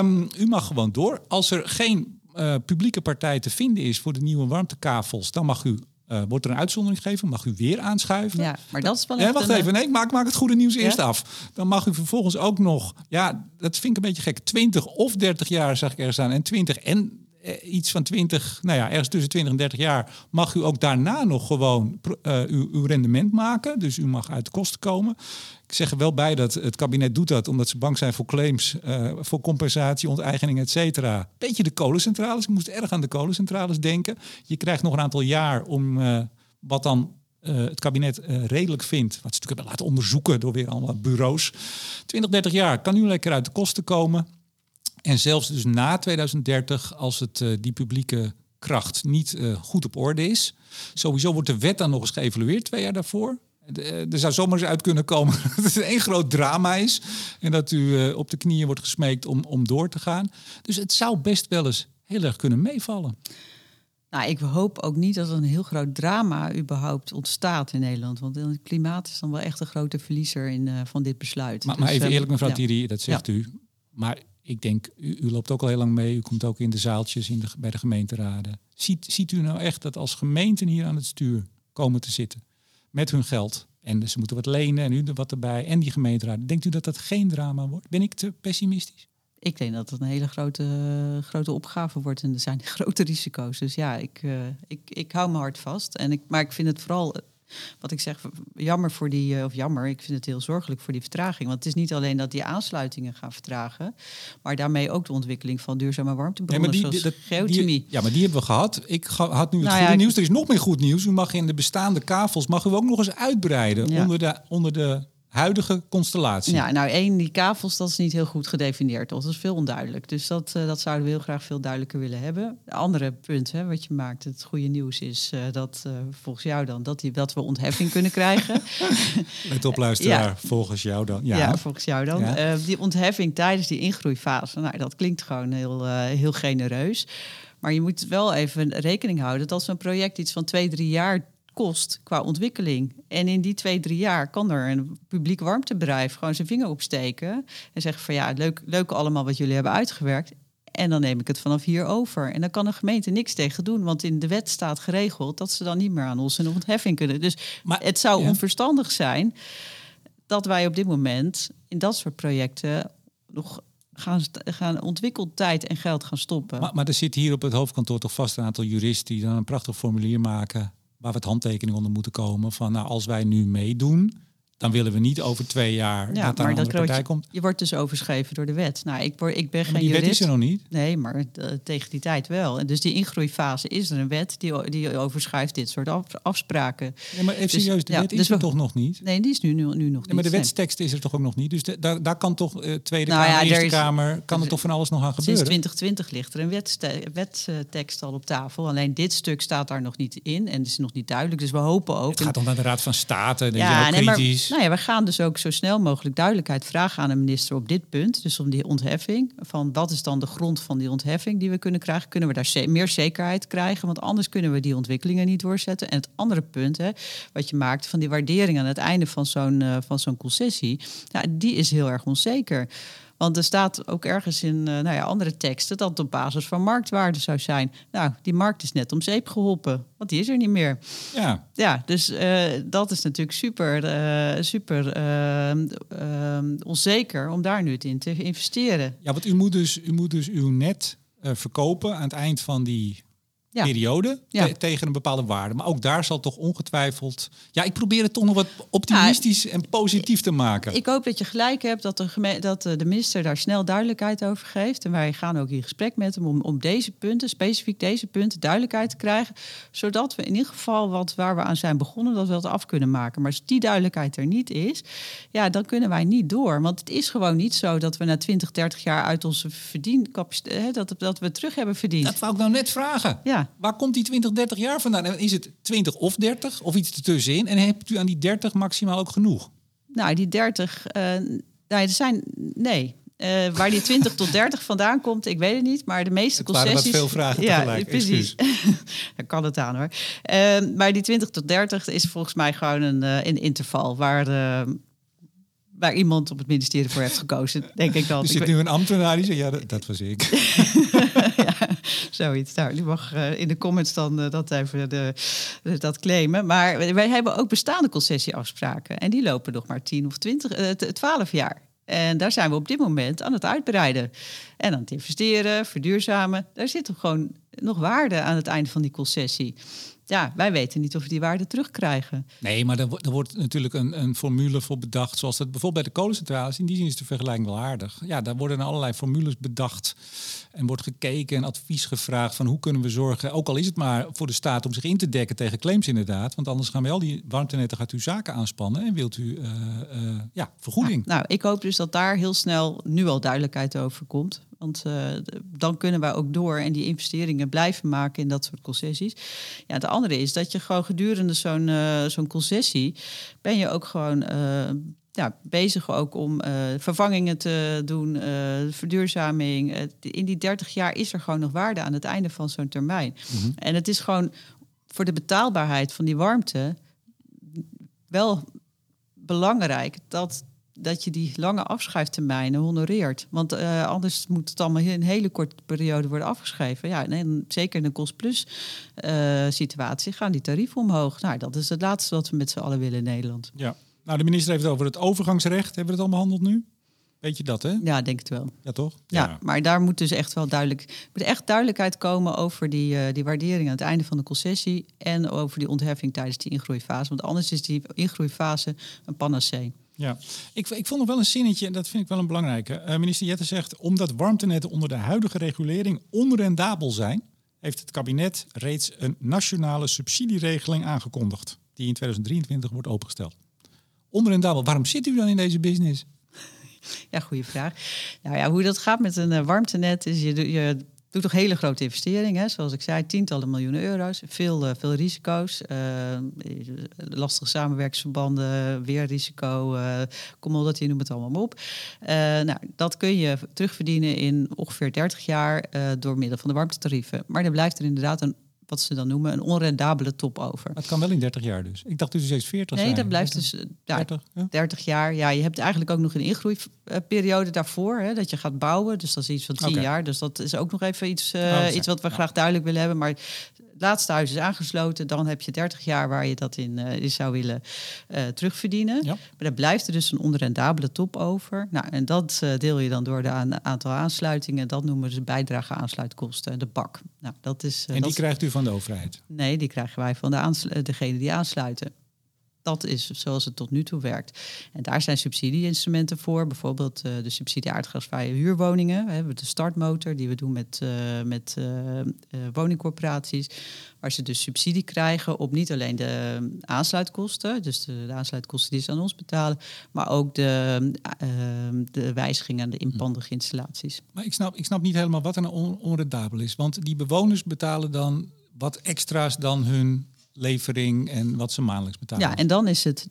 u mag gewoon door. Als er geen publieke partij te vinden is voor de nieuwe warmtekavels, dan mag u. Wordt er een uitzondering gegeven, mag u weer aanschuiven. Ja, maar dat is wel echt wacht even, nee, ik maak het goede nieuws eerst af. Dan mag u vervolgens ook nog, dat vind ik een beetje gek, 20 of 30 jaar, zag ik ergens aan, en 20 en iets van 20, ergens tussen 20 en 30 jaar, mag u ook daarna nog gewoon uw rendement maken. Dus u mag uit de kosten komen. Ik zeg er wel bij dat het kabinet doet dat omdat ze bang zijn voor claims, voor compensatie, onteigening, et cetera. Beetje de kolencentrales. Ik moest erg aan de kolencentrales denken. Je krijgt nog een aantal jaar om wat dan het kabinet redelijk vindt. Wat ze natuurlijk hebben laten onderzoeken door weer allemaal bureaus. 20, 30 jaar kan u lekker uit de kosten komen. En zelfs dus na 2030, als die publieke kracht niet goed op orde is. Sowieso wordt de wet dan nog eens geëvalueerd 2 jaar daarvoor. Er zou zomaar eens uit kunnen komen dat het één groot drama is. En dat u op de knieën wordt gesmeekt om door te gaan. Dus het zou best wel eens heel erg kunnen meevallen. Nou, ik hoop ook niet dat er een heel groot drama überhaupt ontstaat in Nederland. Want het klimaat is dan wel echt een grote verliezer van dit besluit. Maar even eerlijk, mevrouw Thierry, dat zegt u. Maar ik denk, u loopt ook al heel lang mee. U komt ook in de zaaltjes bij de gemeenteraden. Ziet u nou echt dat als gemeenten hier aan het stuur komen te zitten met hun geld, en ze moeten wat lenen en u er wat erbij, en die gemeenteraden, denkt u dat dat geen drama wordt? Ben ik te pessimistisch? Ik denk dat het een hele grote opgave wordt en er zijn grote risico's. Dus ja, ik hou me hard vast. Maar ik vind het vooral, wat ik zeg, jammer voor ik vind het heel zorgelijk voor die vertraging. Want het is niet alleen dat die aansluitingen gaan vertragen, maar daarmee ook de ontwikkeling van duurzame warmtebronnen, zoals geothermie. Maar die hebben we gehad. Ik had nu het goede nieuws. Er is nog meer goed nieuws. U mag in de bestaande kavels ook nog eens uitbreiden onder de huidige constellatie. Ja, 1, die kavels, dat is niet heel goed gedefinieerd. Dat is veel onduidelijk. Dus dat zouden we heel graag veel duidelijker willen hebben. De andere punt wat je maakt, het goede nieuws is dat volgens jou dan, dat we ontheffing kunnen krijgen. Let op, luisteraar, volgens jou dan. Ja, volgens jou dan. Ja. Die ontheffing tijdens die ingroeifase, dat klinkt gewoon heel genereus. Maar je moet wel even rekening houden dat zo'n project iets van 2-3 jaar kost qua ontwikkeling. En in die 2-3 jaar kan er een publiek warmtebedrijf gewoon zijn vinger opsteken en zeggen van leuk allemaal wat jullie hebben uitgewerkt. En dan neem ik het vanaf hier over. En dan kan de gemeente niks tegen doen, want in de wet staat geregeld dat ze dan niet meer aan ons een ontheffing kunnen. Dus het zou onverstandig zijn dat wij op dit moment in dat soort projecten nog gaan ontwikkeltijd en geld gaan stoppen. Maar er zit hier op het hoofdkantoor toch vast een aantal juristen die dan een prachtig formulier maken waar wat handtekeningen onder moeten komen van als wij nu meedoen, dan willen we niet over 2 jaar dat daar een andere partij komt. Je wordt dus overschreven door de wet. Ik ben geen jurist. Die wet is er nog niet. Nee, maar tegen die tijd wel. En dus die ingroeifase is er een wet die overschrijft dit soort afspraken. Ja, maar even serieus, de wet is er toch nog niet? Nee, die is nu nog niet. Maar de wetstekst is er toch ook nog niet? Dus daar kan toch Tweede Kamer, Eerste Kamer, kan er toch van alles nog aan gebeuren? Sinds 2020 ligt er een wettekst al op tafel. Alleen dit stuk staat daar nog niet in en is nog niet duidelijk. Dus we hopen ook. Het gaat dan naar de Raad van State, dan is ook kritisch. We gaan dus ook zo snel mogelijk duidelijkheid vragen aan de minister op dit punt. Dus om die ontheffing. Van wat is dan de grond van die ontheffing die we kunnen krijgen? Kunnen we daar meer zekerheid krijgen? Want anders kunnen we die ontwikkelingen niet doorzetten. En het andere punt, wat je maakt van die waardering aan het einde van zo'n concessie. Die is heel erg onzeker. Want er staat ook ergens in andere teksten dat het op basis van marktwaarde zou zijn. Die markt is net om zeep geholpen, want die is er niet meer. Ja, dus dat is natuurlijk super onzeker om daar nu in te investeren. Ja, want u moet dus uw net verkopen aan het eind van die periode tegen een bepaalde waarde. Maar ook daar zal toch ongetwijfeld. Ja, ik probeer het toch nog wat optimistisch en positief te maken. Ik hoop dat je gelijk hebt dat de minister daar snel duidelijkheid over geeft. En wij gaan ook in gesprek met hem om deze punten, specifiek deze punten, duidelijkheid te krijgen. Zodat we in ieder geval waar we aan zijn begonnen, dat we dat af kunnen maken. Maar als die duidelijkheid er niet is, dan kunnen wij niet door. Want het is gewoon niet zo dat we na 20, 30 jaar uit onze verdiencapaciteit, dat we terug hebben verdiend. Dat wou ik nou net vragen. Ja. Waar komt die 20, 30 jaar vandaan? Is het 20 of 30 of iets ertussenin? En hebt u aan die 30 maximaal ook genoeg? Die 30, er zijn... Nee. Waar die 20 tot 30 vandaan komt, ik weet het niet. Maar de meeste concessies... Het waren wat veel vragen tegelijk. Precies. Daar kan het aan hoor. Maar die 20 tot 30 is volgens mij gewoon een interval waar iemand op het ministerie voor heeft gekozen, denk ik dan. Er zit nu een ambtenaar die zegt, ja, dat was ik. Ja, zoiets. Nou, die mag in de comments dan dat even dat claimen. Maar wij hebben ook bestaande concessieafspraken. En die lopen nog maar 10 of 12 jaar. En daar zijn we op dit moment aan het uitbreiden. En aan het investeren, verduurzamen. Daar zit toch gewoon nog waarde aan het einde van die concessie. Ja, wij weten niet of we die waarde terugkrijgen. Nee, maar er wordt natuurlijk een formule voor bedacht. Zoals dat bijvoorbeeld bij de kolencentrales. In die zin is de vergelijking wel aardig. Ja, daar worden allerlei formules bedacht. En wordt gekeken en advies gevraagd van hoe kunnen we zorgen. Ook al is het maar voor de staat om zich in te dekken tegen claims inderdaad. Want anders gaan wij al die warmtenetten, gaat u zaken aanspannen. En wilt u vergoeding. Nou, ik hoop dus dat daar heel snel nu al duidelijkheid over komt. Want dan kunnen wij ook door en die investeringen blijven maken in dat soort concessies. Ja, het andere is dat je gewoon gedurende zo'n concessie ben je ook gewoon bezig ook om vervangingen te doen, verduurzaming. In die 30 jaar is er gewoon nog waarde aan het einde van zo'n termijn. Mm-hmm. En het is gewoon voor de betaalbaarheid van die warmte wel belangrijk dat je die lange afschrijftermijnen honoreert. Want anders moet het allemaal in een hele korte periode worden afgeschreven. Ja, en zeker in een cost-plus situatie gaan die tarieven omhoog. Nou, dat is het laatste wat we met z'n allen willen in Nederland. Ja. Nou, de minister heeft het over het overgangsrecht. Hebben we het al behandeld nu? Weet je dat, hè? Ja, denk het wel. Ja, toch? Ja, maar daar moet dus echt wel duidelijkheid komen over die waardering aan het einde van de concessie en over die ontheffing tijdens die ingroeifase. Want anders is die ingroeifase een panacee. Ja, ik vond nog wel een zinnetje, en dat vind ik wel een belangrijke. Minister Jette zegt, omdat warmtenetten onder de huidige regulering onrendabel zijn, heeft het kabinet reeds een nationale subsidieregeling aangekondigd, die in 2023 wordt opengesteld. Onrendabel, waarom zit u dan in deze business? Ja, goede vraag. Nou ja, hoe dat gaat met een warmtenet is je doet toch hele grote investeringen. Hè? Zoals ik zei, tientallen miljoenen euro's. Veel risico's. Lastige samenwerkingsverbanden, weerrisico. Commodity, noem het allemaal maar op. Dat kun je terugverdienen in ongeveer 30 jaar door middel van de warmtetarieven. Maar dan blijft er inderdaad wat ze dan noemen, een onrendabele top over. Maar het kan wel in 30 jaar dus. Ik dacht dus steeds 40 Nee, zijn. dat blijft dus 30 jaar. Ja, je hebt eigenlijk ook nog een ingroeiperiode daarvoor. Hè, dat je gaat bouwen. Dus dat is iets van 10 jaar. Dus dat is ook nog even iets wat we graag duidelijk willen hebben. Maar het laatste huis is aangesloten. Dan heb je 30 jaar waar je dat in zou willen terugverdienen. Ja. Maar dan blijft er dus een onrendabele top over. Nou, en dat deel je dan door de aantal aansluitingen. Dat noemen we bijdrage aansluitkosten. De BAK. Nou, dat is, en die krijgt u van de overheid? Nee, die krijgen wij van degene die aansluiten. Dat is zoals het tot nu toe werkt. En daar zijn subsidieinstrumenten voor. Bijvoorbeeld de subsidie aardgasvrije huurwoningen. We hebben de startmotor die we doen met woningcorporaties. Waar ze dus subsidie krijgen op niet alleen de aansluitkosten. Dus de aansluitkosten die ze aan ons betalen. Maar ook de wijzigingen aan de inpandige installaties. Maar ik snap niet helemaal wat er nou onrendabel is. Want die bewoners betalen dan wat extra's dan hun levering en wat ze maandelijks betalen. Ja, en dan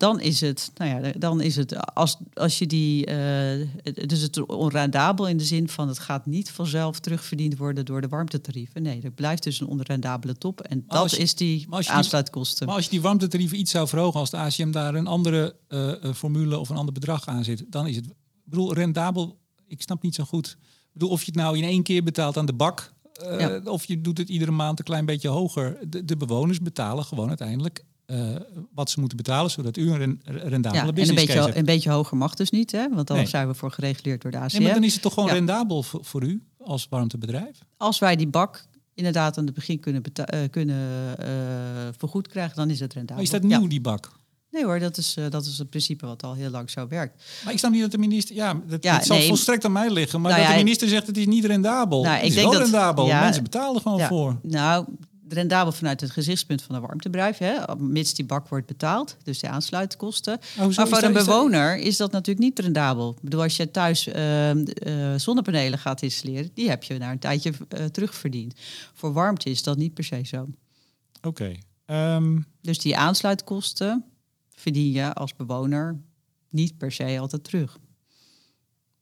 is het als je die dus het onrendabel in de zin van het gaat niet vanzelf terugverdiend worden door de warmtetarieven. Nee, er blijft dus een onrendabele top en dat is die aansluitkosten. Maar als je die warmtetarieven iets zou verhogen, als de ACM daar een andere formule of een ander bedrag aan zit, dan is het, rendabel, ik snap niet zo goed. Of je het nou in 1 keer betaalt aan de bak, of je doet het iedere maand een klein beetje hoger. De bewoners betalen gewoon uiteindelijk wat ze moeten betalen, zodat u een rendabele business case hebt. Een beetje hoger mag dus niet, hè? Want dan zijn we voor gereguleerd door de ACM. Nee, maar dan is het toch gewoon rendabel voor u als warmtebedrijf? Als wij die bak inderdaad aan het begin kunnen vergoed krijgen, dan is het rendabel. Maar is dat nieuw, die bak? Nee hoor, dat is het principe wat al heel lang zo werkt. Maar ik snap niet dat de minister... het zal volstrekt aan mij liggen. Maar dat de minister zegt het is niet rendabel. Het is wel rendabel. Mensen betalen gewoon voor. Nou, rendabel vanuit het gezichtspunt van een warmtebedrijf. Hè, mits die bak wordt betaald. Dus de aansluitkosten. Maar voor een bewoner is dat natuurlijk niet rendabel. Ik bedoel, als je thuis zonnepanelen gaat installeren, die heb je na een tijdje terugverdiend. Voor warmte is dat niet per se zo. Oké. Dus die aansluitkosten verdien je als bewoner niet per se altijd terug.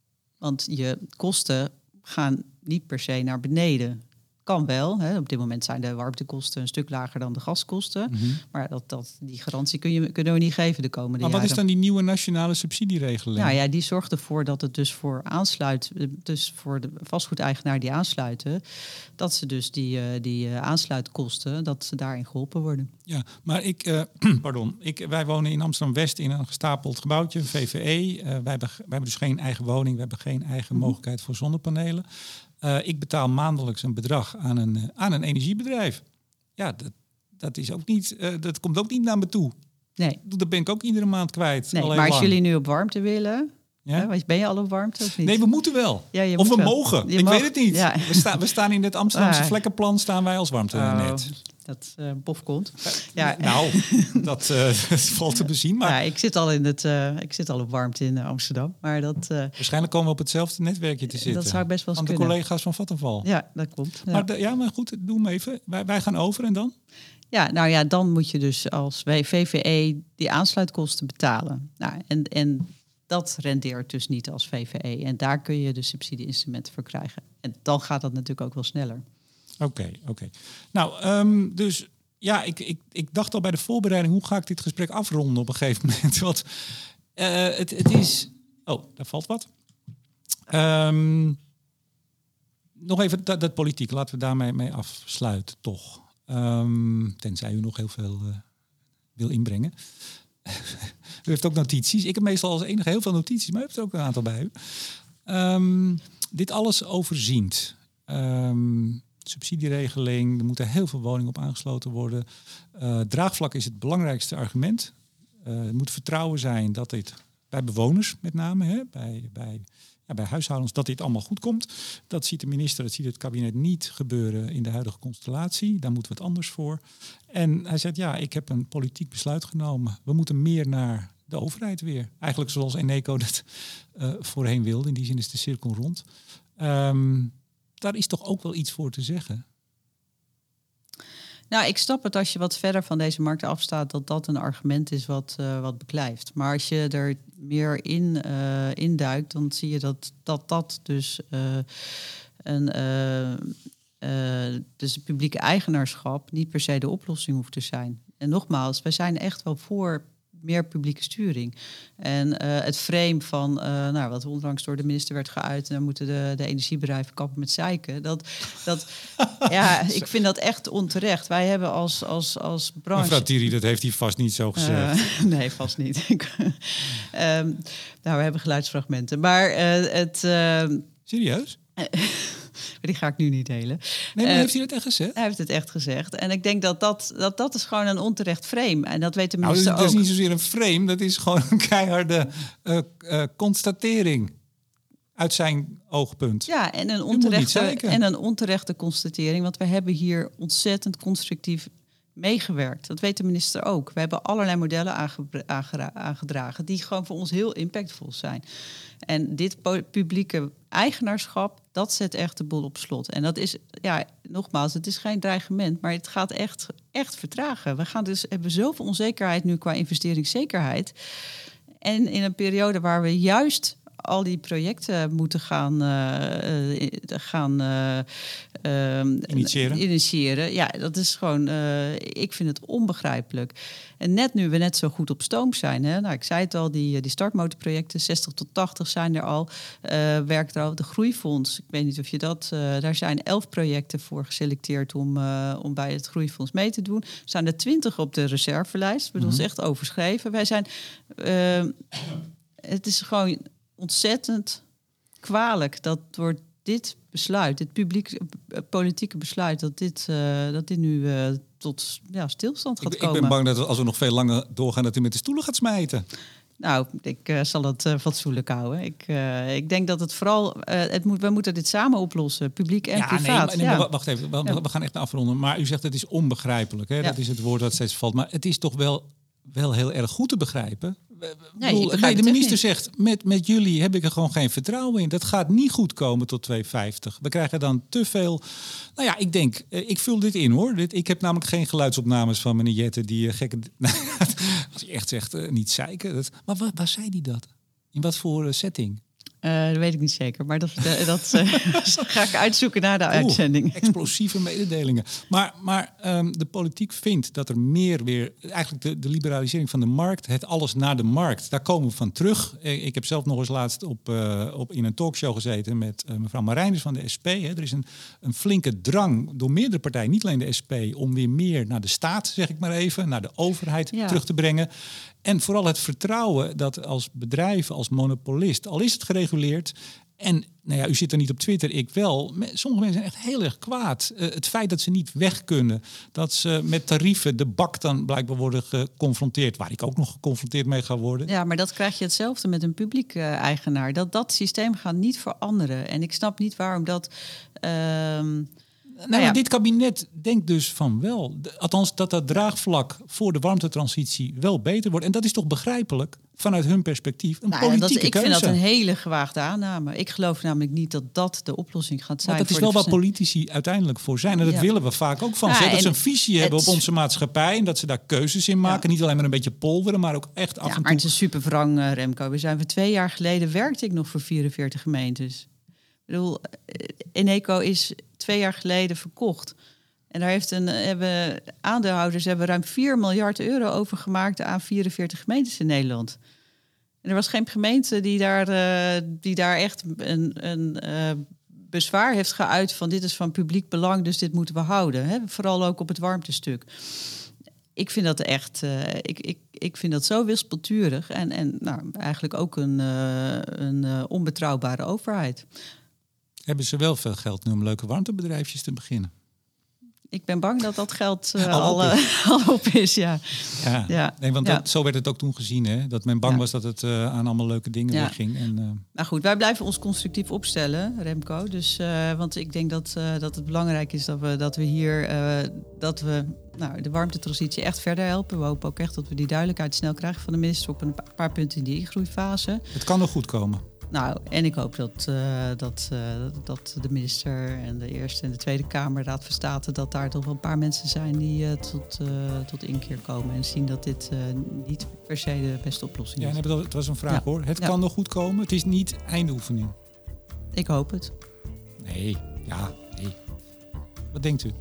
Want je kosten gaan niet per se naar beneden. Kan wel. Hè. Op dit moment zijn de warmtekosten een stuk lager dan de gaskosten. Mm-hmm. Maar die garantie kunnen we niet geven de komende jaren. Maar wat is dan die nieuwe nationale subsidieregeling? Nou ja, die zorgt ervoor dat het dus voor de vastgoedeigenaar die aansluiten, dat ze dus die aansluitkosten, dat ze daarin geholpen worden. Ja, maar wij wonen in Amsterdam-West in een gestapeld gebouwtje, een VVE. Wij hebben dus geen eigen woning, we hebben geen eigen mogelijkheid voor zonnepanelen. Ik betaal maandelijks een bedrag aan een energiebedrijf. Ja, dat is ook niet, dat komt ook niet naar me toe. Nee. Dat ben ik ook iedere maand kwijt. Nee, maar als jullie nu op warmte willen, ben je al op warmte of niet? Nee, we moeten wel. Ja, of we mogen. Ik weet het niet. Ja. We staan in het Amsterdamse vlekkenplan staan wij als warmtenet. Dat bof komt. Dat valt te bezien. Maar ja, ik zit al op warmte in Amsterdam. Maar waarschijnlijk komen we op hetzelfde netwerkje te zitten. Dat zou best wel eens kunnen. De collega's van Vattenfall. Ja, dat klopt. Ja. Maar goed, doe hem even. Wij gaan over en dan? Ja, nou ja, dan moet je dus als VVE die aansluitkosten betalen. Nou, en dat rendeert dus niet als VVE. En daar kun je de subsidieinstrumenten voor krijgen. En dan gaat dat natuurlijk ook wel sneller. Oké. Nou, dus ja, ik dacht al bij de voorbereiding, hoe ga ik dit gesprek afronden op een gegeven moment? Want het is... Oh, daar valt wat. Nog even dat politiek, laten we daarmee mee afsluiten, toch. Tenzij u nog heel veel wil inbrengen. U heeft ook notities. Ik heb meestal als enige heel veel notities, maar u heeft er ook een aantal bij u. Dit alles overziend. Subsidieregeling, er moeten heel veel woningen op aangesloten worden. Draagvlak is het belangrijkste argument. Er moet vertrouwen zijn dat dit bij bewoners met name, bij huishoudens, dat dit allemaal goed komt. Dat ziet de minister, dat ziet het kabinet niet gebeuren in de huidige constellatie. Daar moeten we het anders voor. En hij zegt, ik heb een politiek besluit genomen. We moeten meer naar de overheid weer. Eigenlijk zoals Eneco dat voorheen wilde. In die zin is de cirkel rond. Daar is toch ook wel iets voor te zeggen? Nou, ik snap het als je wat verder van deze markt afstaat, dat een argument is wat beklijft. Maar als je er meer in duikt, dan zie je dat dus dus het publieke eigenaarschap niet per se de oplossing hoeft te zijn. En nogmaals, wij zijn echt wel voor meer publieke sturing. En het frame van wat onlangs door de minister werd geuit, en dan moeten de energiebedrijven kappen met zeiken. Ik vind dat echt onterecht. Wij hebben als branche... Mevrouw Thierry, dat heeft hij vast niet zo gezegd. Nee, vast niet. We hebben geluidsfragmenten. Maar Serieus? Die ga ik nu niet delen. Nee, maar heeft hij dat echt gezegd? Hij heeft het echt gezegd. En ik denk dat is gewoon een onterecht frame. En dat weet de minister ook. Dat is niet zozeer een frame, dat is gewoon een keiharde constatering uit zijn oogpunt. Ja, en een onterechte constatering. Want we hebben hier ontzettend constructief meegewerkt. Dat weet de minister ook. We hebben allerlei modellen aangedragen die gewoon voor ons heel impactvol zijn. En dit publieke eigenaarschap, dat zet echt de boel op slot. En dat is, nogmaals, het is geen dreigement, maar het gaat echt vertragen. Hebben zoveel onzekerheid nu qua investeringszekerheid. En in een periode waar we juist al die projecten moeten gaan initiëren. Ja, dat is gewoon... ik vind het onbegrijpelijk. En we net zo goed op stoom zijn. Hè? Nou, ik zei het al, die startmotorprojecten, 60 tot 80 zijn er al. Werkt er al. De Groeifonds, ik weet niet of je dat... daar zijn 11 projecten voor geselecteerd om bij het Groeifonds mee te doen. Er zijn er 20 op de reservelijst. We hebben ons echt overschreven. Wij zijn... het is gewoon ontzettend kwalijk dat door dit besluit, dit politieke besluit, dat dit nu tot stilstand gaat komen. Ik ben bang dat als we nog veel langer doorgaan, dat u met de stoelen gaat smijten. Nou, ik zal het fatsoenlijk houden. Ik denk dat het vooral... we moeten dit samen oplossen, publiek en privaat. Maar wacht even, we gaan echt afronden. Maar u zegt het is onbegrijpelijk. Hè? Ja. Dat is het woord dat steeds valt. Maar het is toch wel heel erg goed te begrijpen. De minister zegt, met jullie heb ik er gewoon geen vertrouwen in. Dat gaat niet goed komen tot 2,50. We krijgen dan te veel... Nou ja, ik denk, ik vul dit in hoor. Ik heb namelijk geen geluidsopnames van meneer Jette die gekke... Als hij echt zegt, niet zeiken. Maar waar zei hij dat? In wat voor setting? Dat weet ik niet zeker, maar dat ga ik uitzoeken na de uitzending. Explosieve mededelingen. Maar de politiek vindt dat er meer weer... Eigenlijk de liberalisering van de markt, het alles naar de markt. Daar komen we van terug. Ik heb zelf nog eens laatst in een talkshow gezeten met mevrouw Marijnissen van de SP. Er is een flinke drang door meerdere partijen, niet alleen de SP... om weer meer naar de staat, zeg ik maar even, naar de overheid terug te brengen. En vooral het vertrouwen dat als bedrijf, als monopolist, al is het gereguleerd... En u zit er niet op Twitter, ik wel. Sommige mensen zijn echt heel erg kwaad. Het feit dat ze niet weg kunnen. Dat ze met tarieven de bak dan blijkbaar worden geconfronteerd. Waar ik ook nog geconfronteerd mee ga worden. Ja, maar dat krijg je hetzelfde met een publiek eigenaar. Dat systeem gaat niet veranderen. En ik snap niet waarom dat... Maar dit kabinet denkt dus van wel. Althans, dat draagvlak voor de warmtetransitie wel beter wordt. En dat is toch begrijpelijk vanuit hun perspectief een politieke keuze. Ik vind dat een hele gewaagde aanname. Ik geloof namelijk niet dat dat de oplossing gaat zijn. Want dat is wel waar politici uiteindelijk voor zijn. En dat willen we vaak ook van ze. Dat ze een visie hebben op onze maatschappij. En dat ze daar keuzes in maken. Niet alleen maar een beetje polderen, maar ook echt af en toe. Maar het is super wrang, Remco. We zijn 2 jaar geleden werkte ik nog voor 44 gemeentes. Ik bedoel, Eneco is 2 jaar geleden verkocht. En daar hebben aandeelhouders ruim 4 miljard euro overgemaakt aan 44 gemeentes in Nederland. En er was geen gemeente die daar echt een bezwaar heeft geuit van dit is van publiek belang, dus dit moeten we houden. Hè? Vooral ook op het warmtestuk. Ik vind dat echt, ik vind dat zo wispelturig en eigenlijk ook een onbetrouwbare overheid. Hebben ze wel veel geld nu om leuke warmtebedrijfjes te beginnen? Ik ben bang dat dat geld al op is, ja. Nee, want zo werd het ook toen gezien, hè? Dat men bang was dat het aan allemaal leuke dingen weer ging. Nou goed, wij blijven ons constructief opstellen, Remco. Dus, want ik denk dat het belangrijk is dat we hier de warmtetransitie echt verder helpen. We hopen ook echt dat we die duidelijkheid snel krijgen van de minister op een paar punten in die ingroeifase. Het kan nog goed komen. Nou, en ik hoop dat de minister en de Eerste en de Tweede Kamer, Raad van State, dat daar toch wel een paar mensen zijn die tot inkeer komen en zien dat dit niet per se de beste oplossing is. Ja, het was een vraag hoor. Het kan nog goed komen. Het is niet eindoefening. Ik hoop het. Nee. Wat denkt u?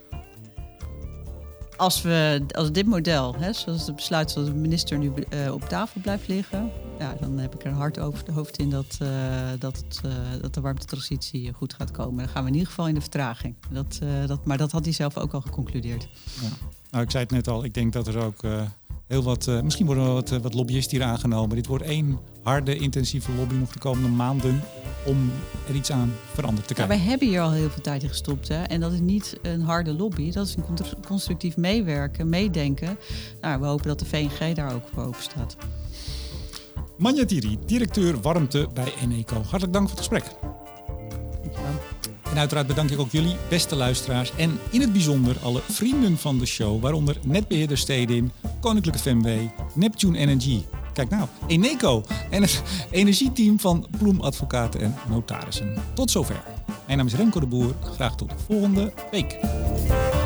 Als dit model, zoals het besluit zoals de minister nu op tafel blijft liggen, dan heb ik er een hard hoofd in dat de warmtetransitie goed gaat komen. Dan gaan we in ieder geval in de vertraging. Maar dat had hij zelf ook al geconcludeerd. Ja. Nou, ik zei het net al, ik denk dat er ook heel wat... misschien worden er wat lobbyisten hier aangenomen. Dit wordt 1 harde, intensieve lobby nog de komende maanden om er iets aan veranderd te krijgen. Wij hebben hier al heel veel tijd in gestopt. Hè? En dat is niet een harde lobby. Dat is een constructief meewerken, meedenken. Nou, we hopen dat de VNG daar ook voor open staat. Manja Thierry, directeur warmte bij Eneco. Hartelijk dank voor het gesprek. Dankjewel. En uiteraard bedank ik ook jullie, beste luisteraars. En in het bijzonder alle vrienden van de show. Waaronder Netbeheerder Stedin, Koninklijke FMW, Neptune Energy. Kijk nou, Eneco en het energieteam van Ploem Advocaten en Notarissen. Tot zover. Mijn naam is Remco de Boer. Graag tot de volgende week.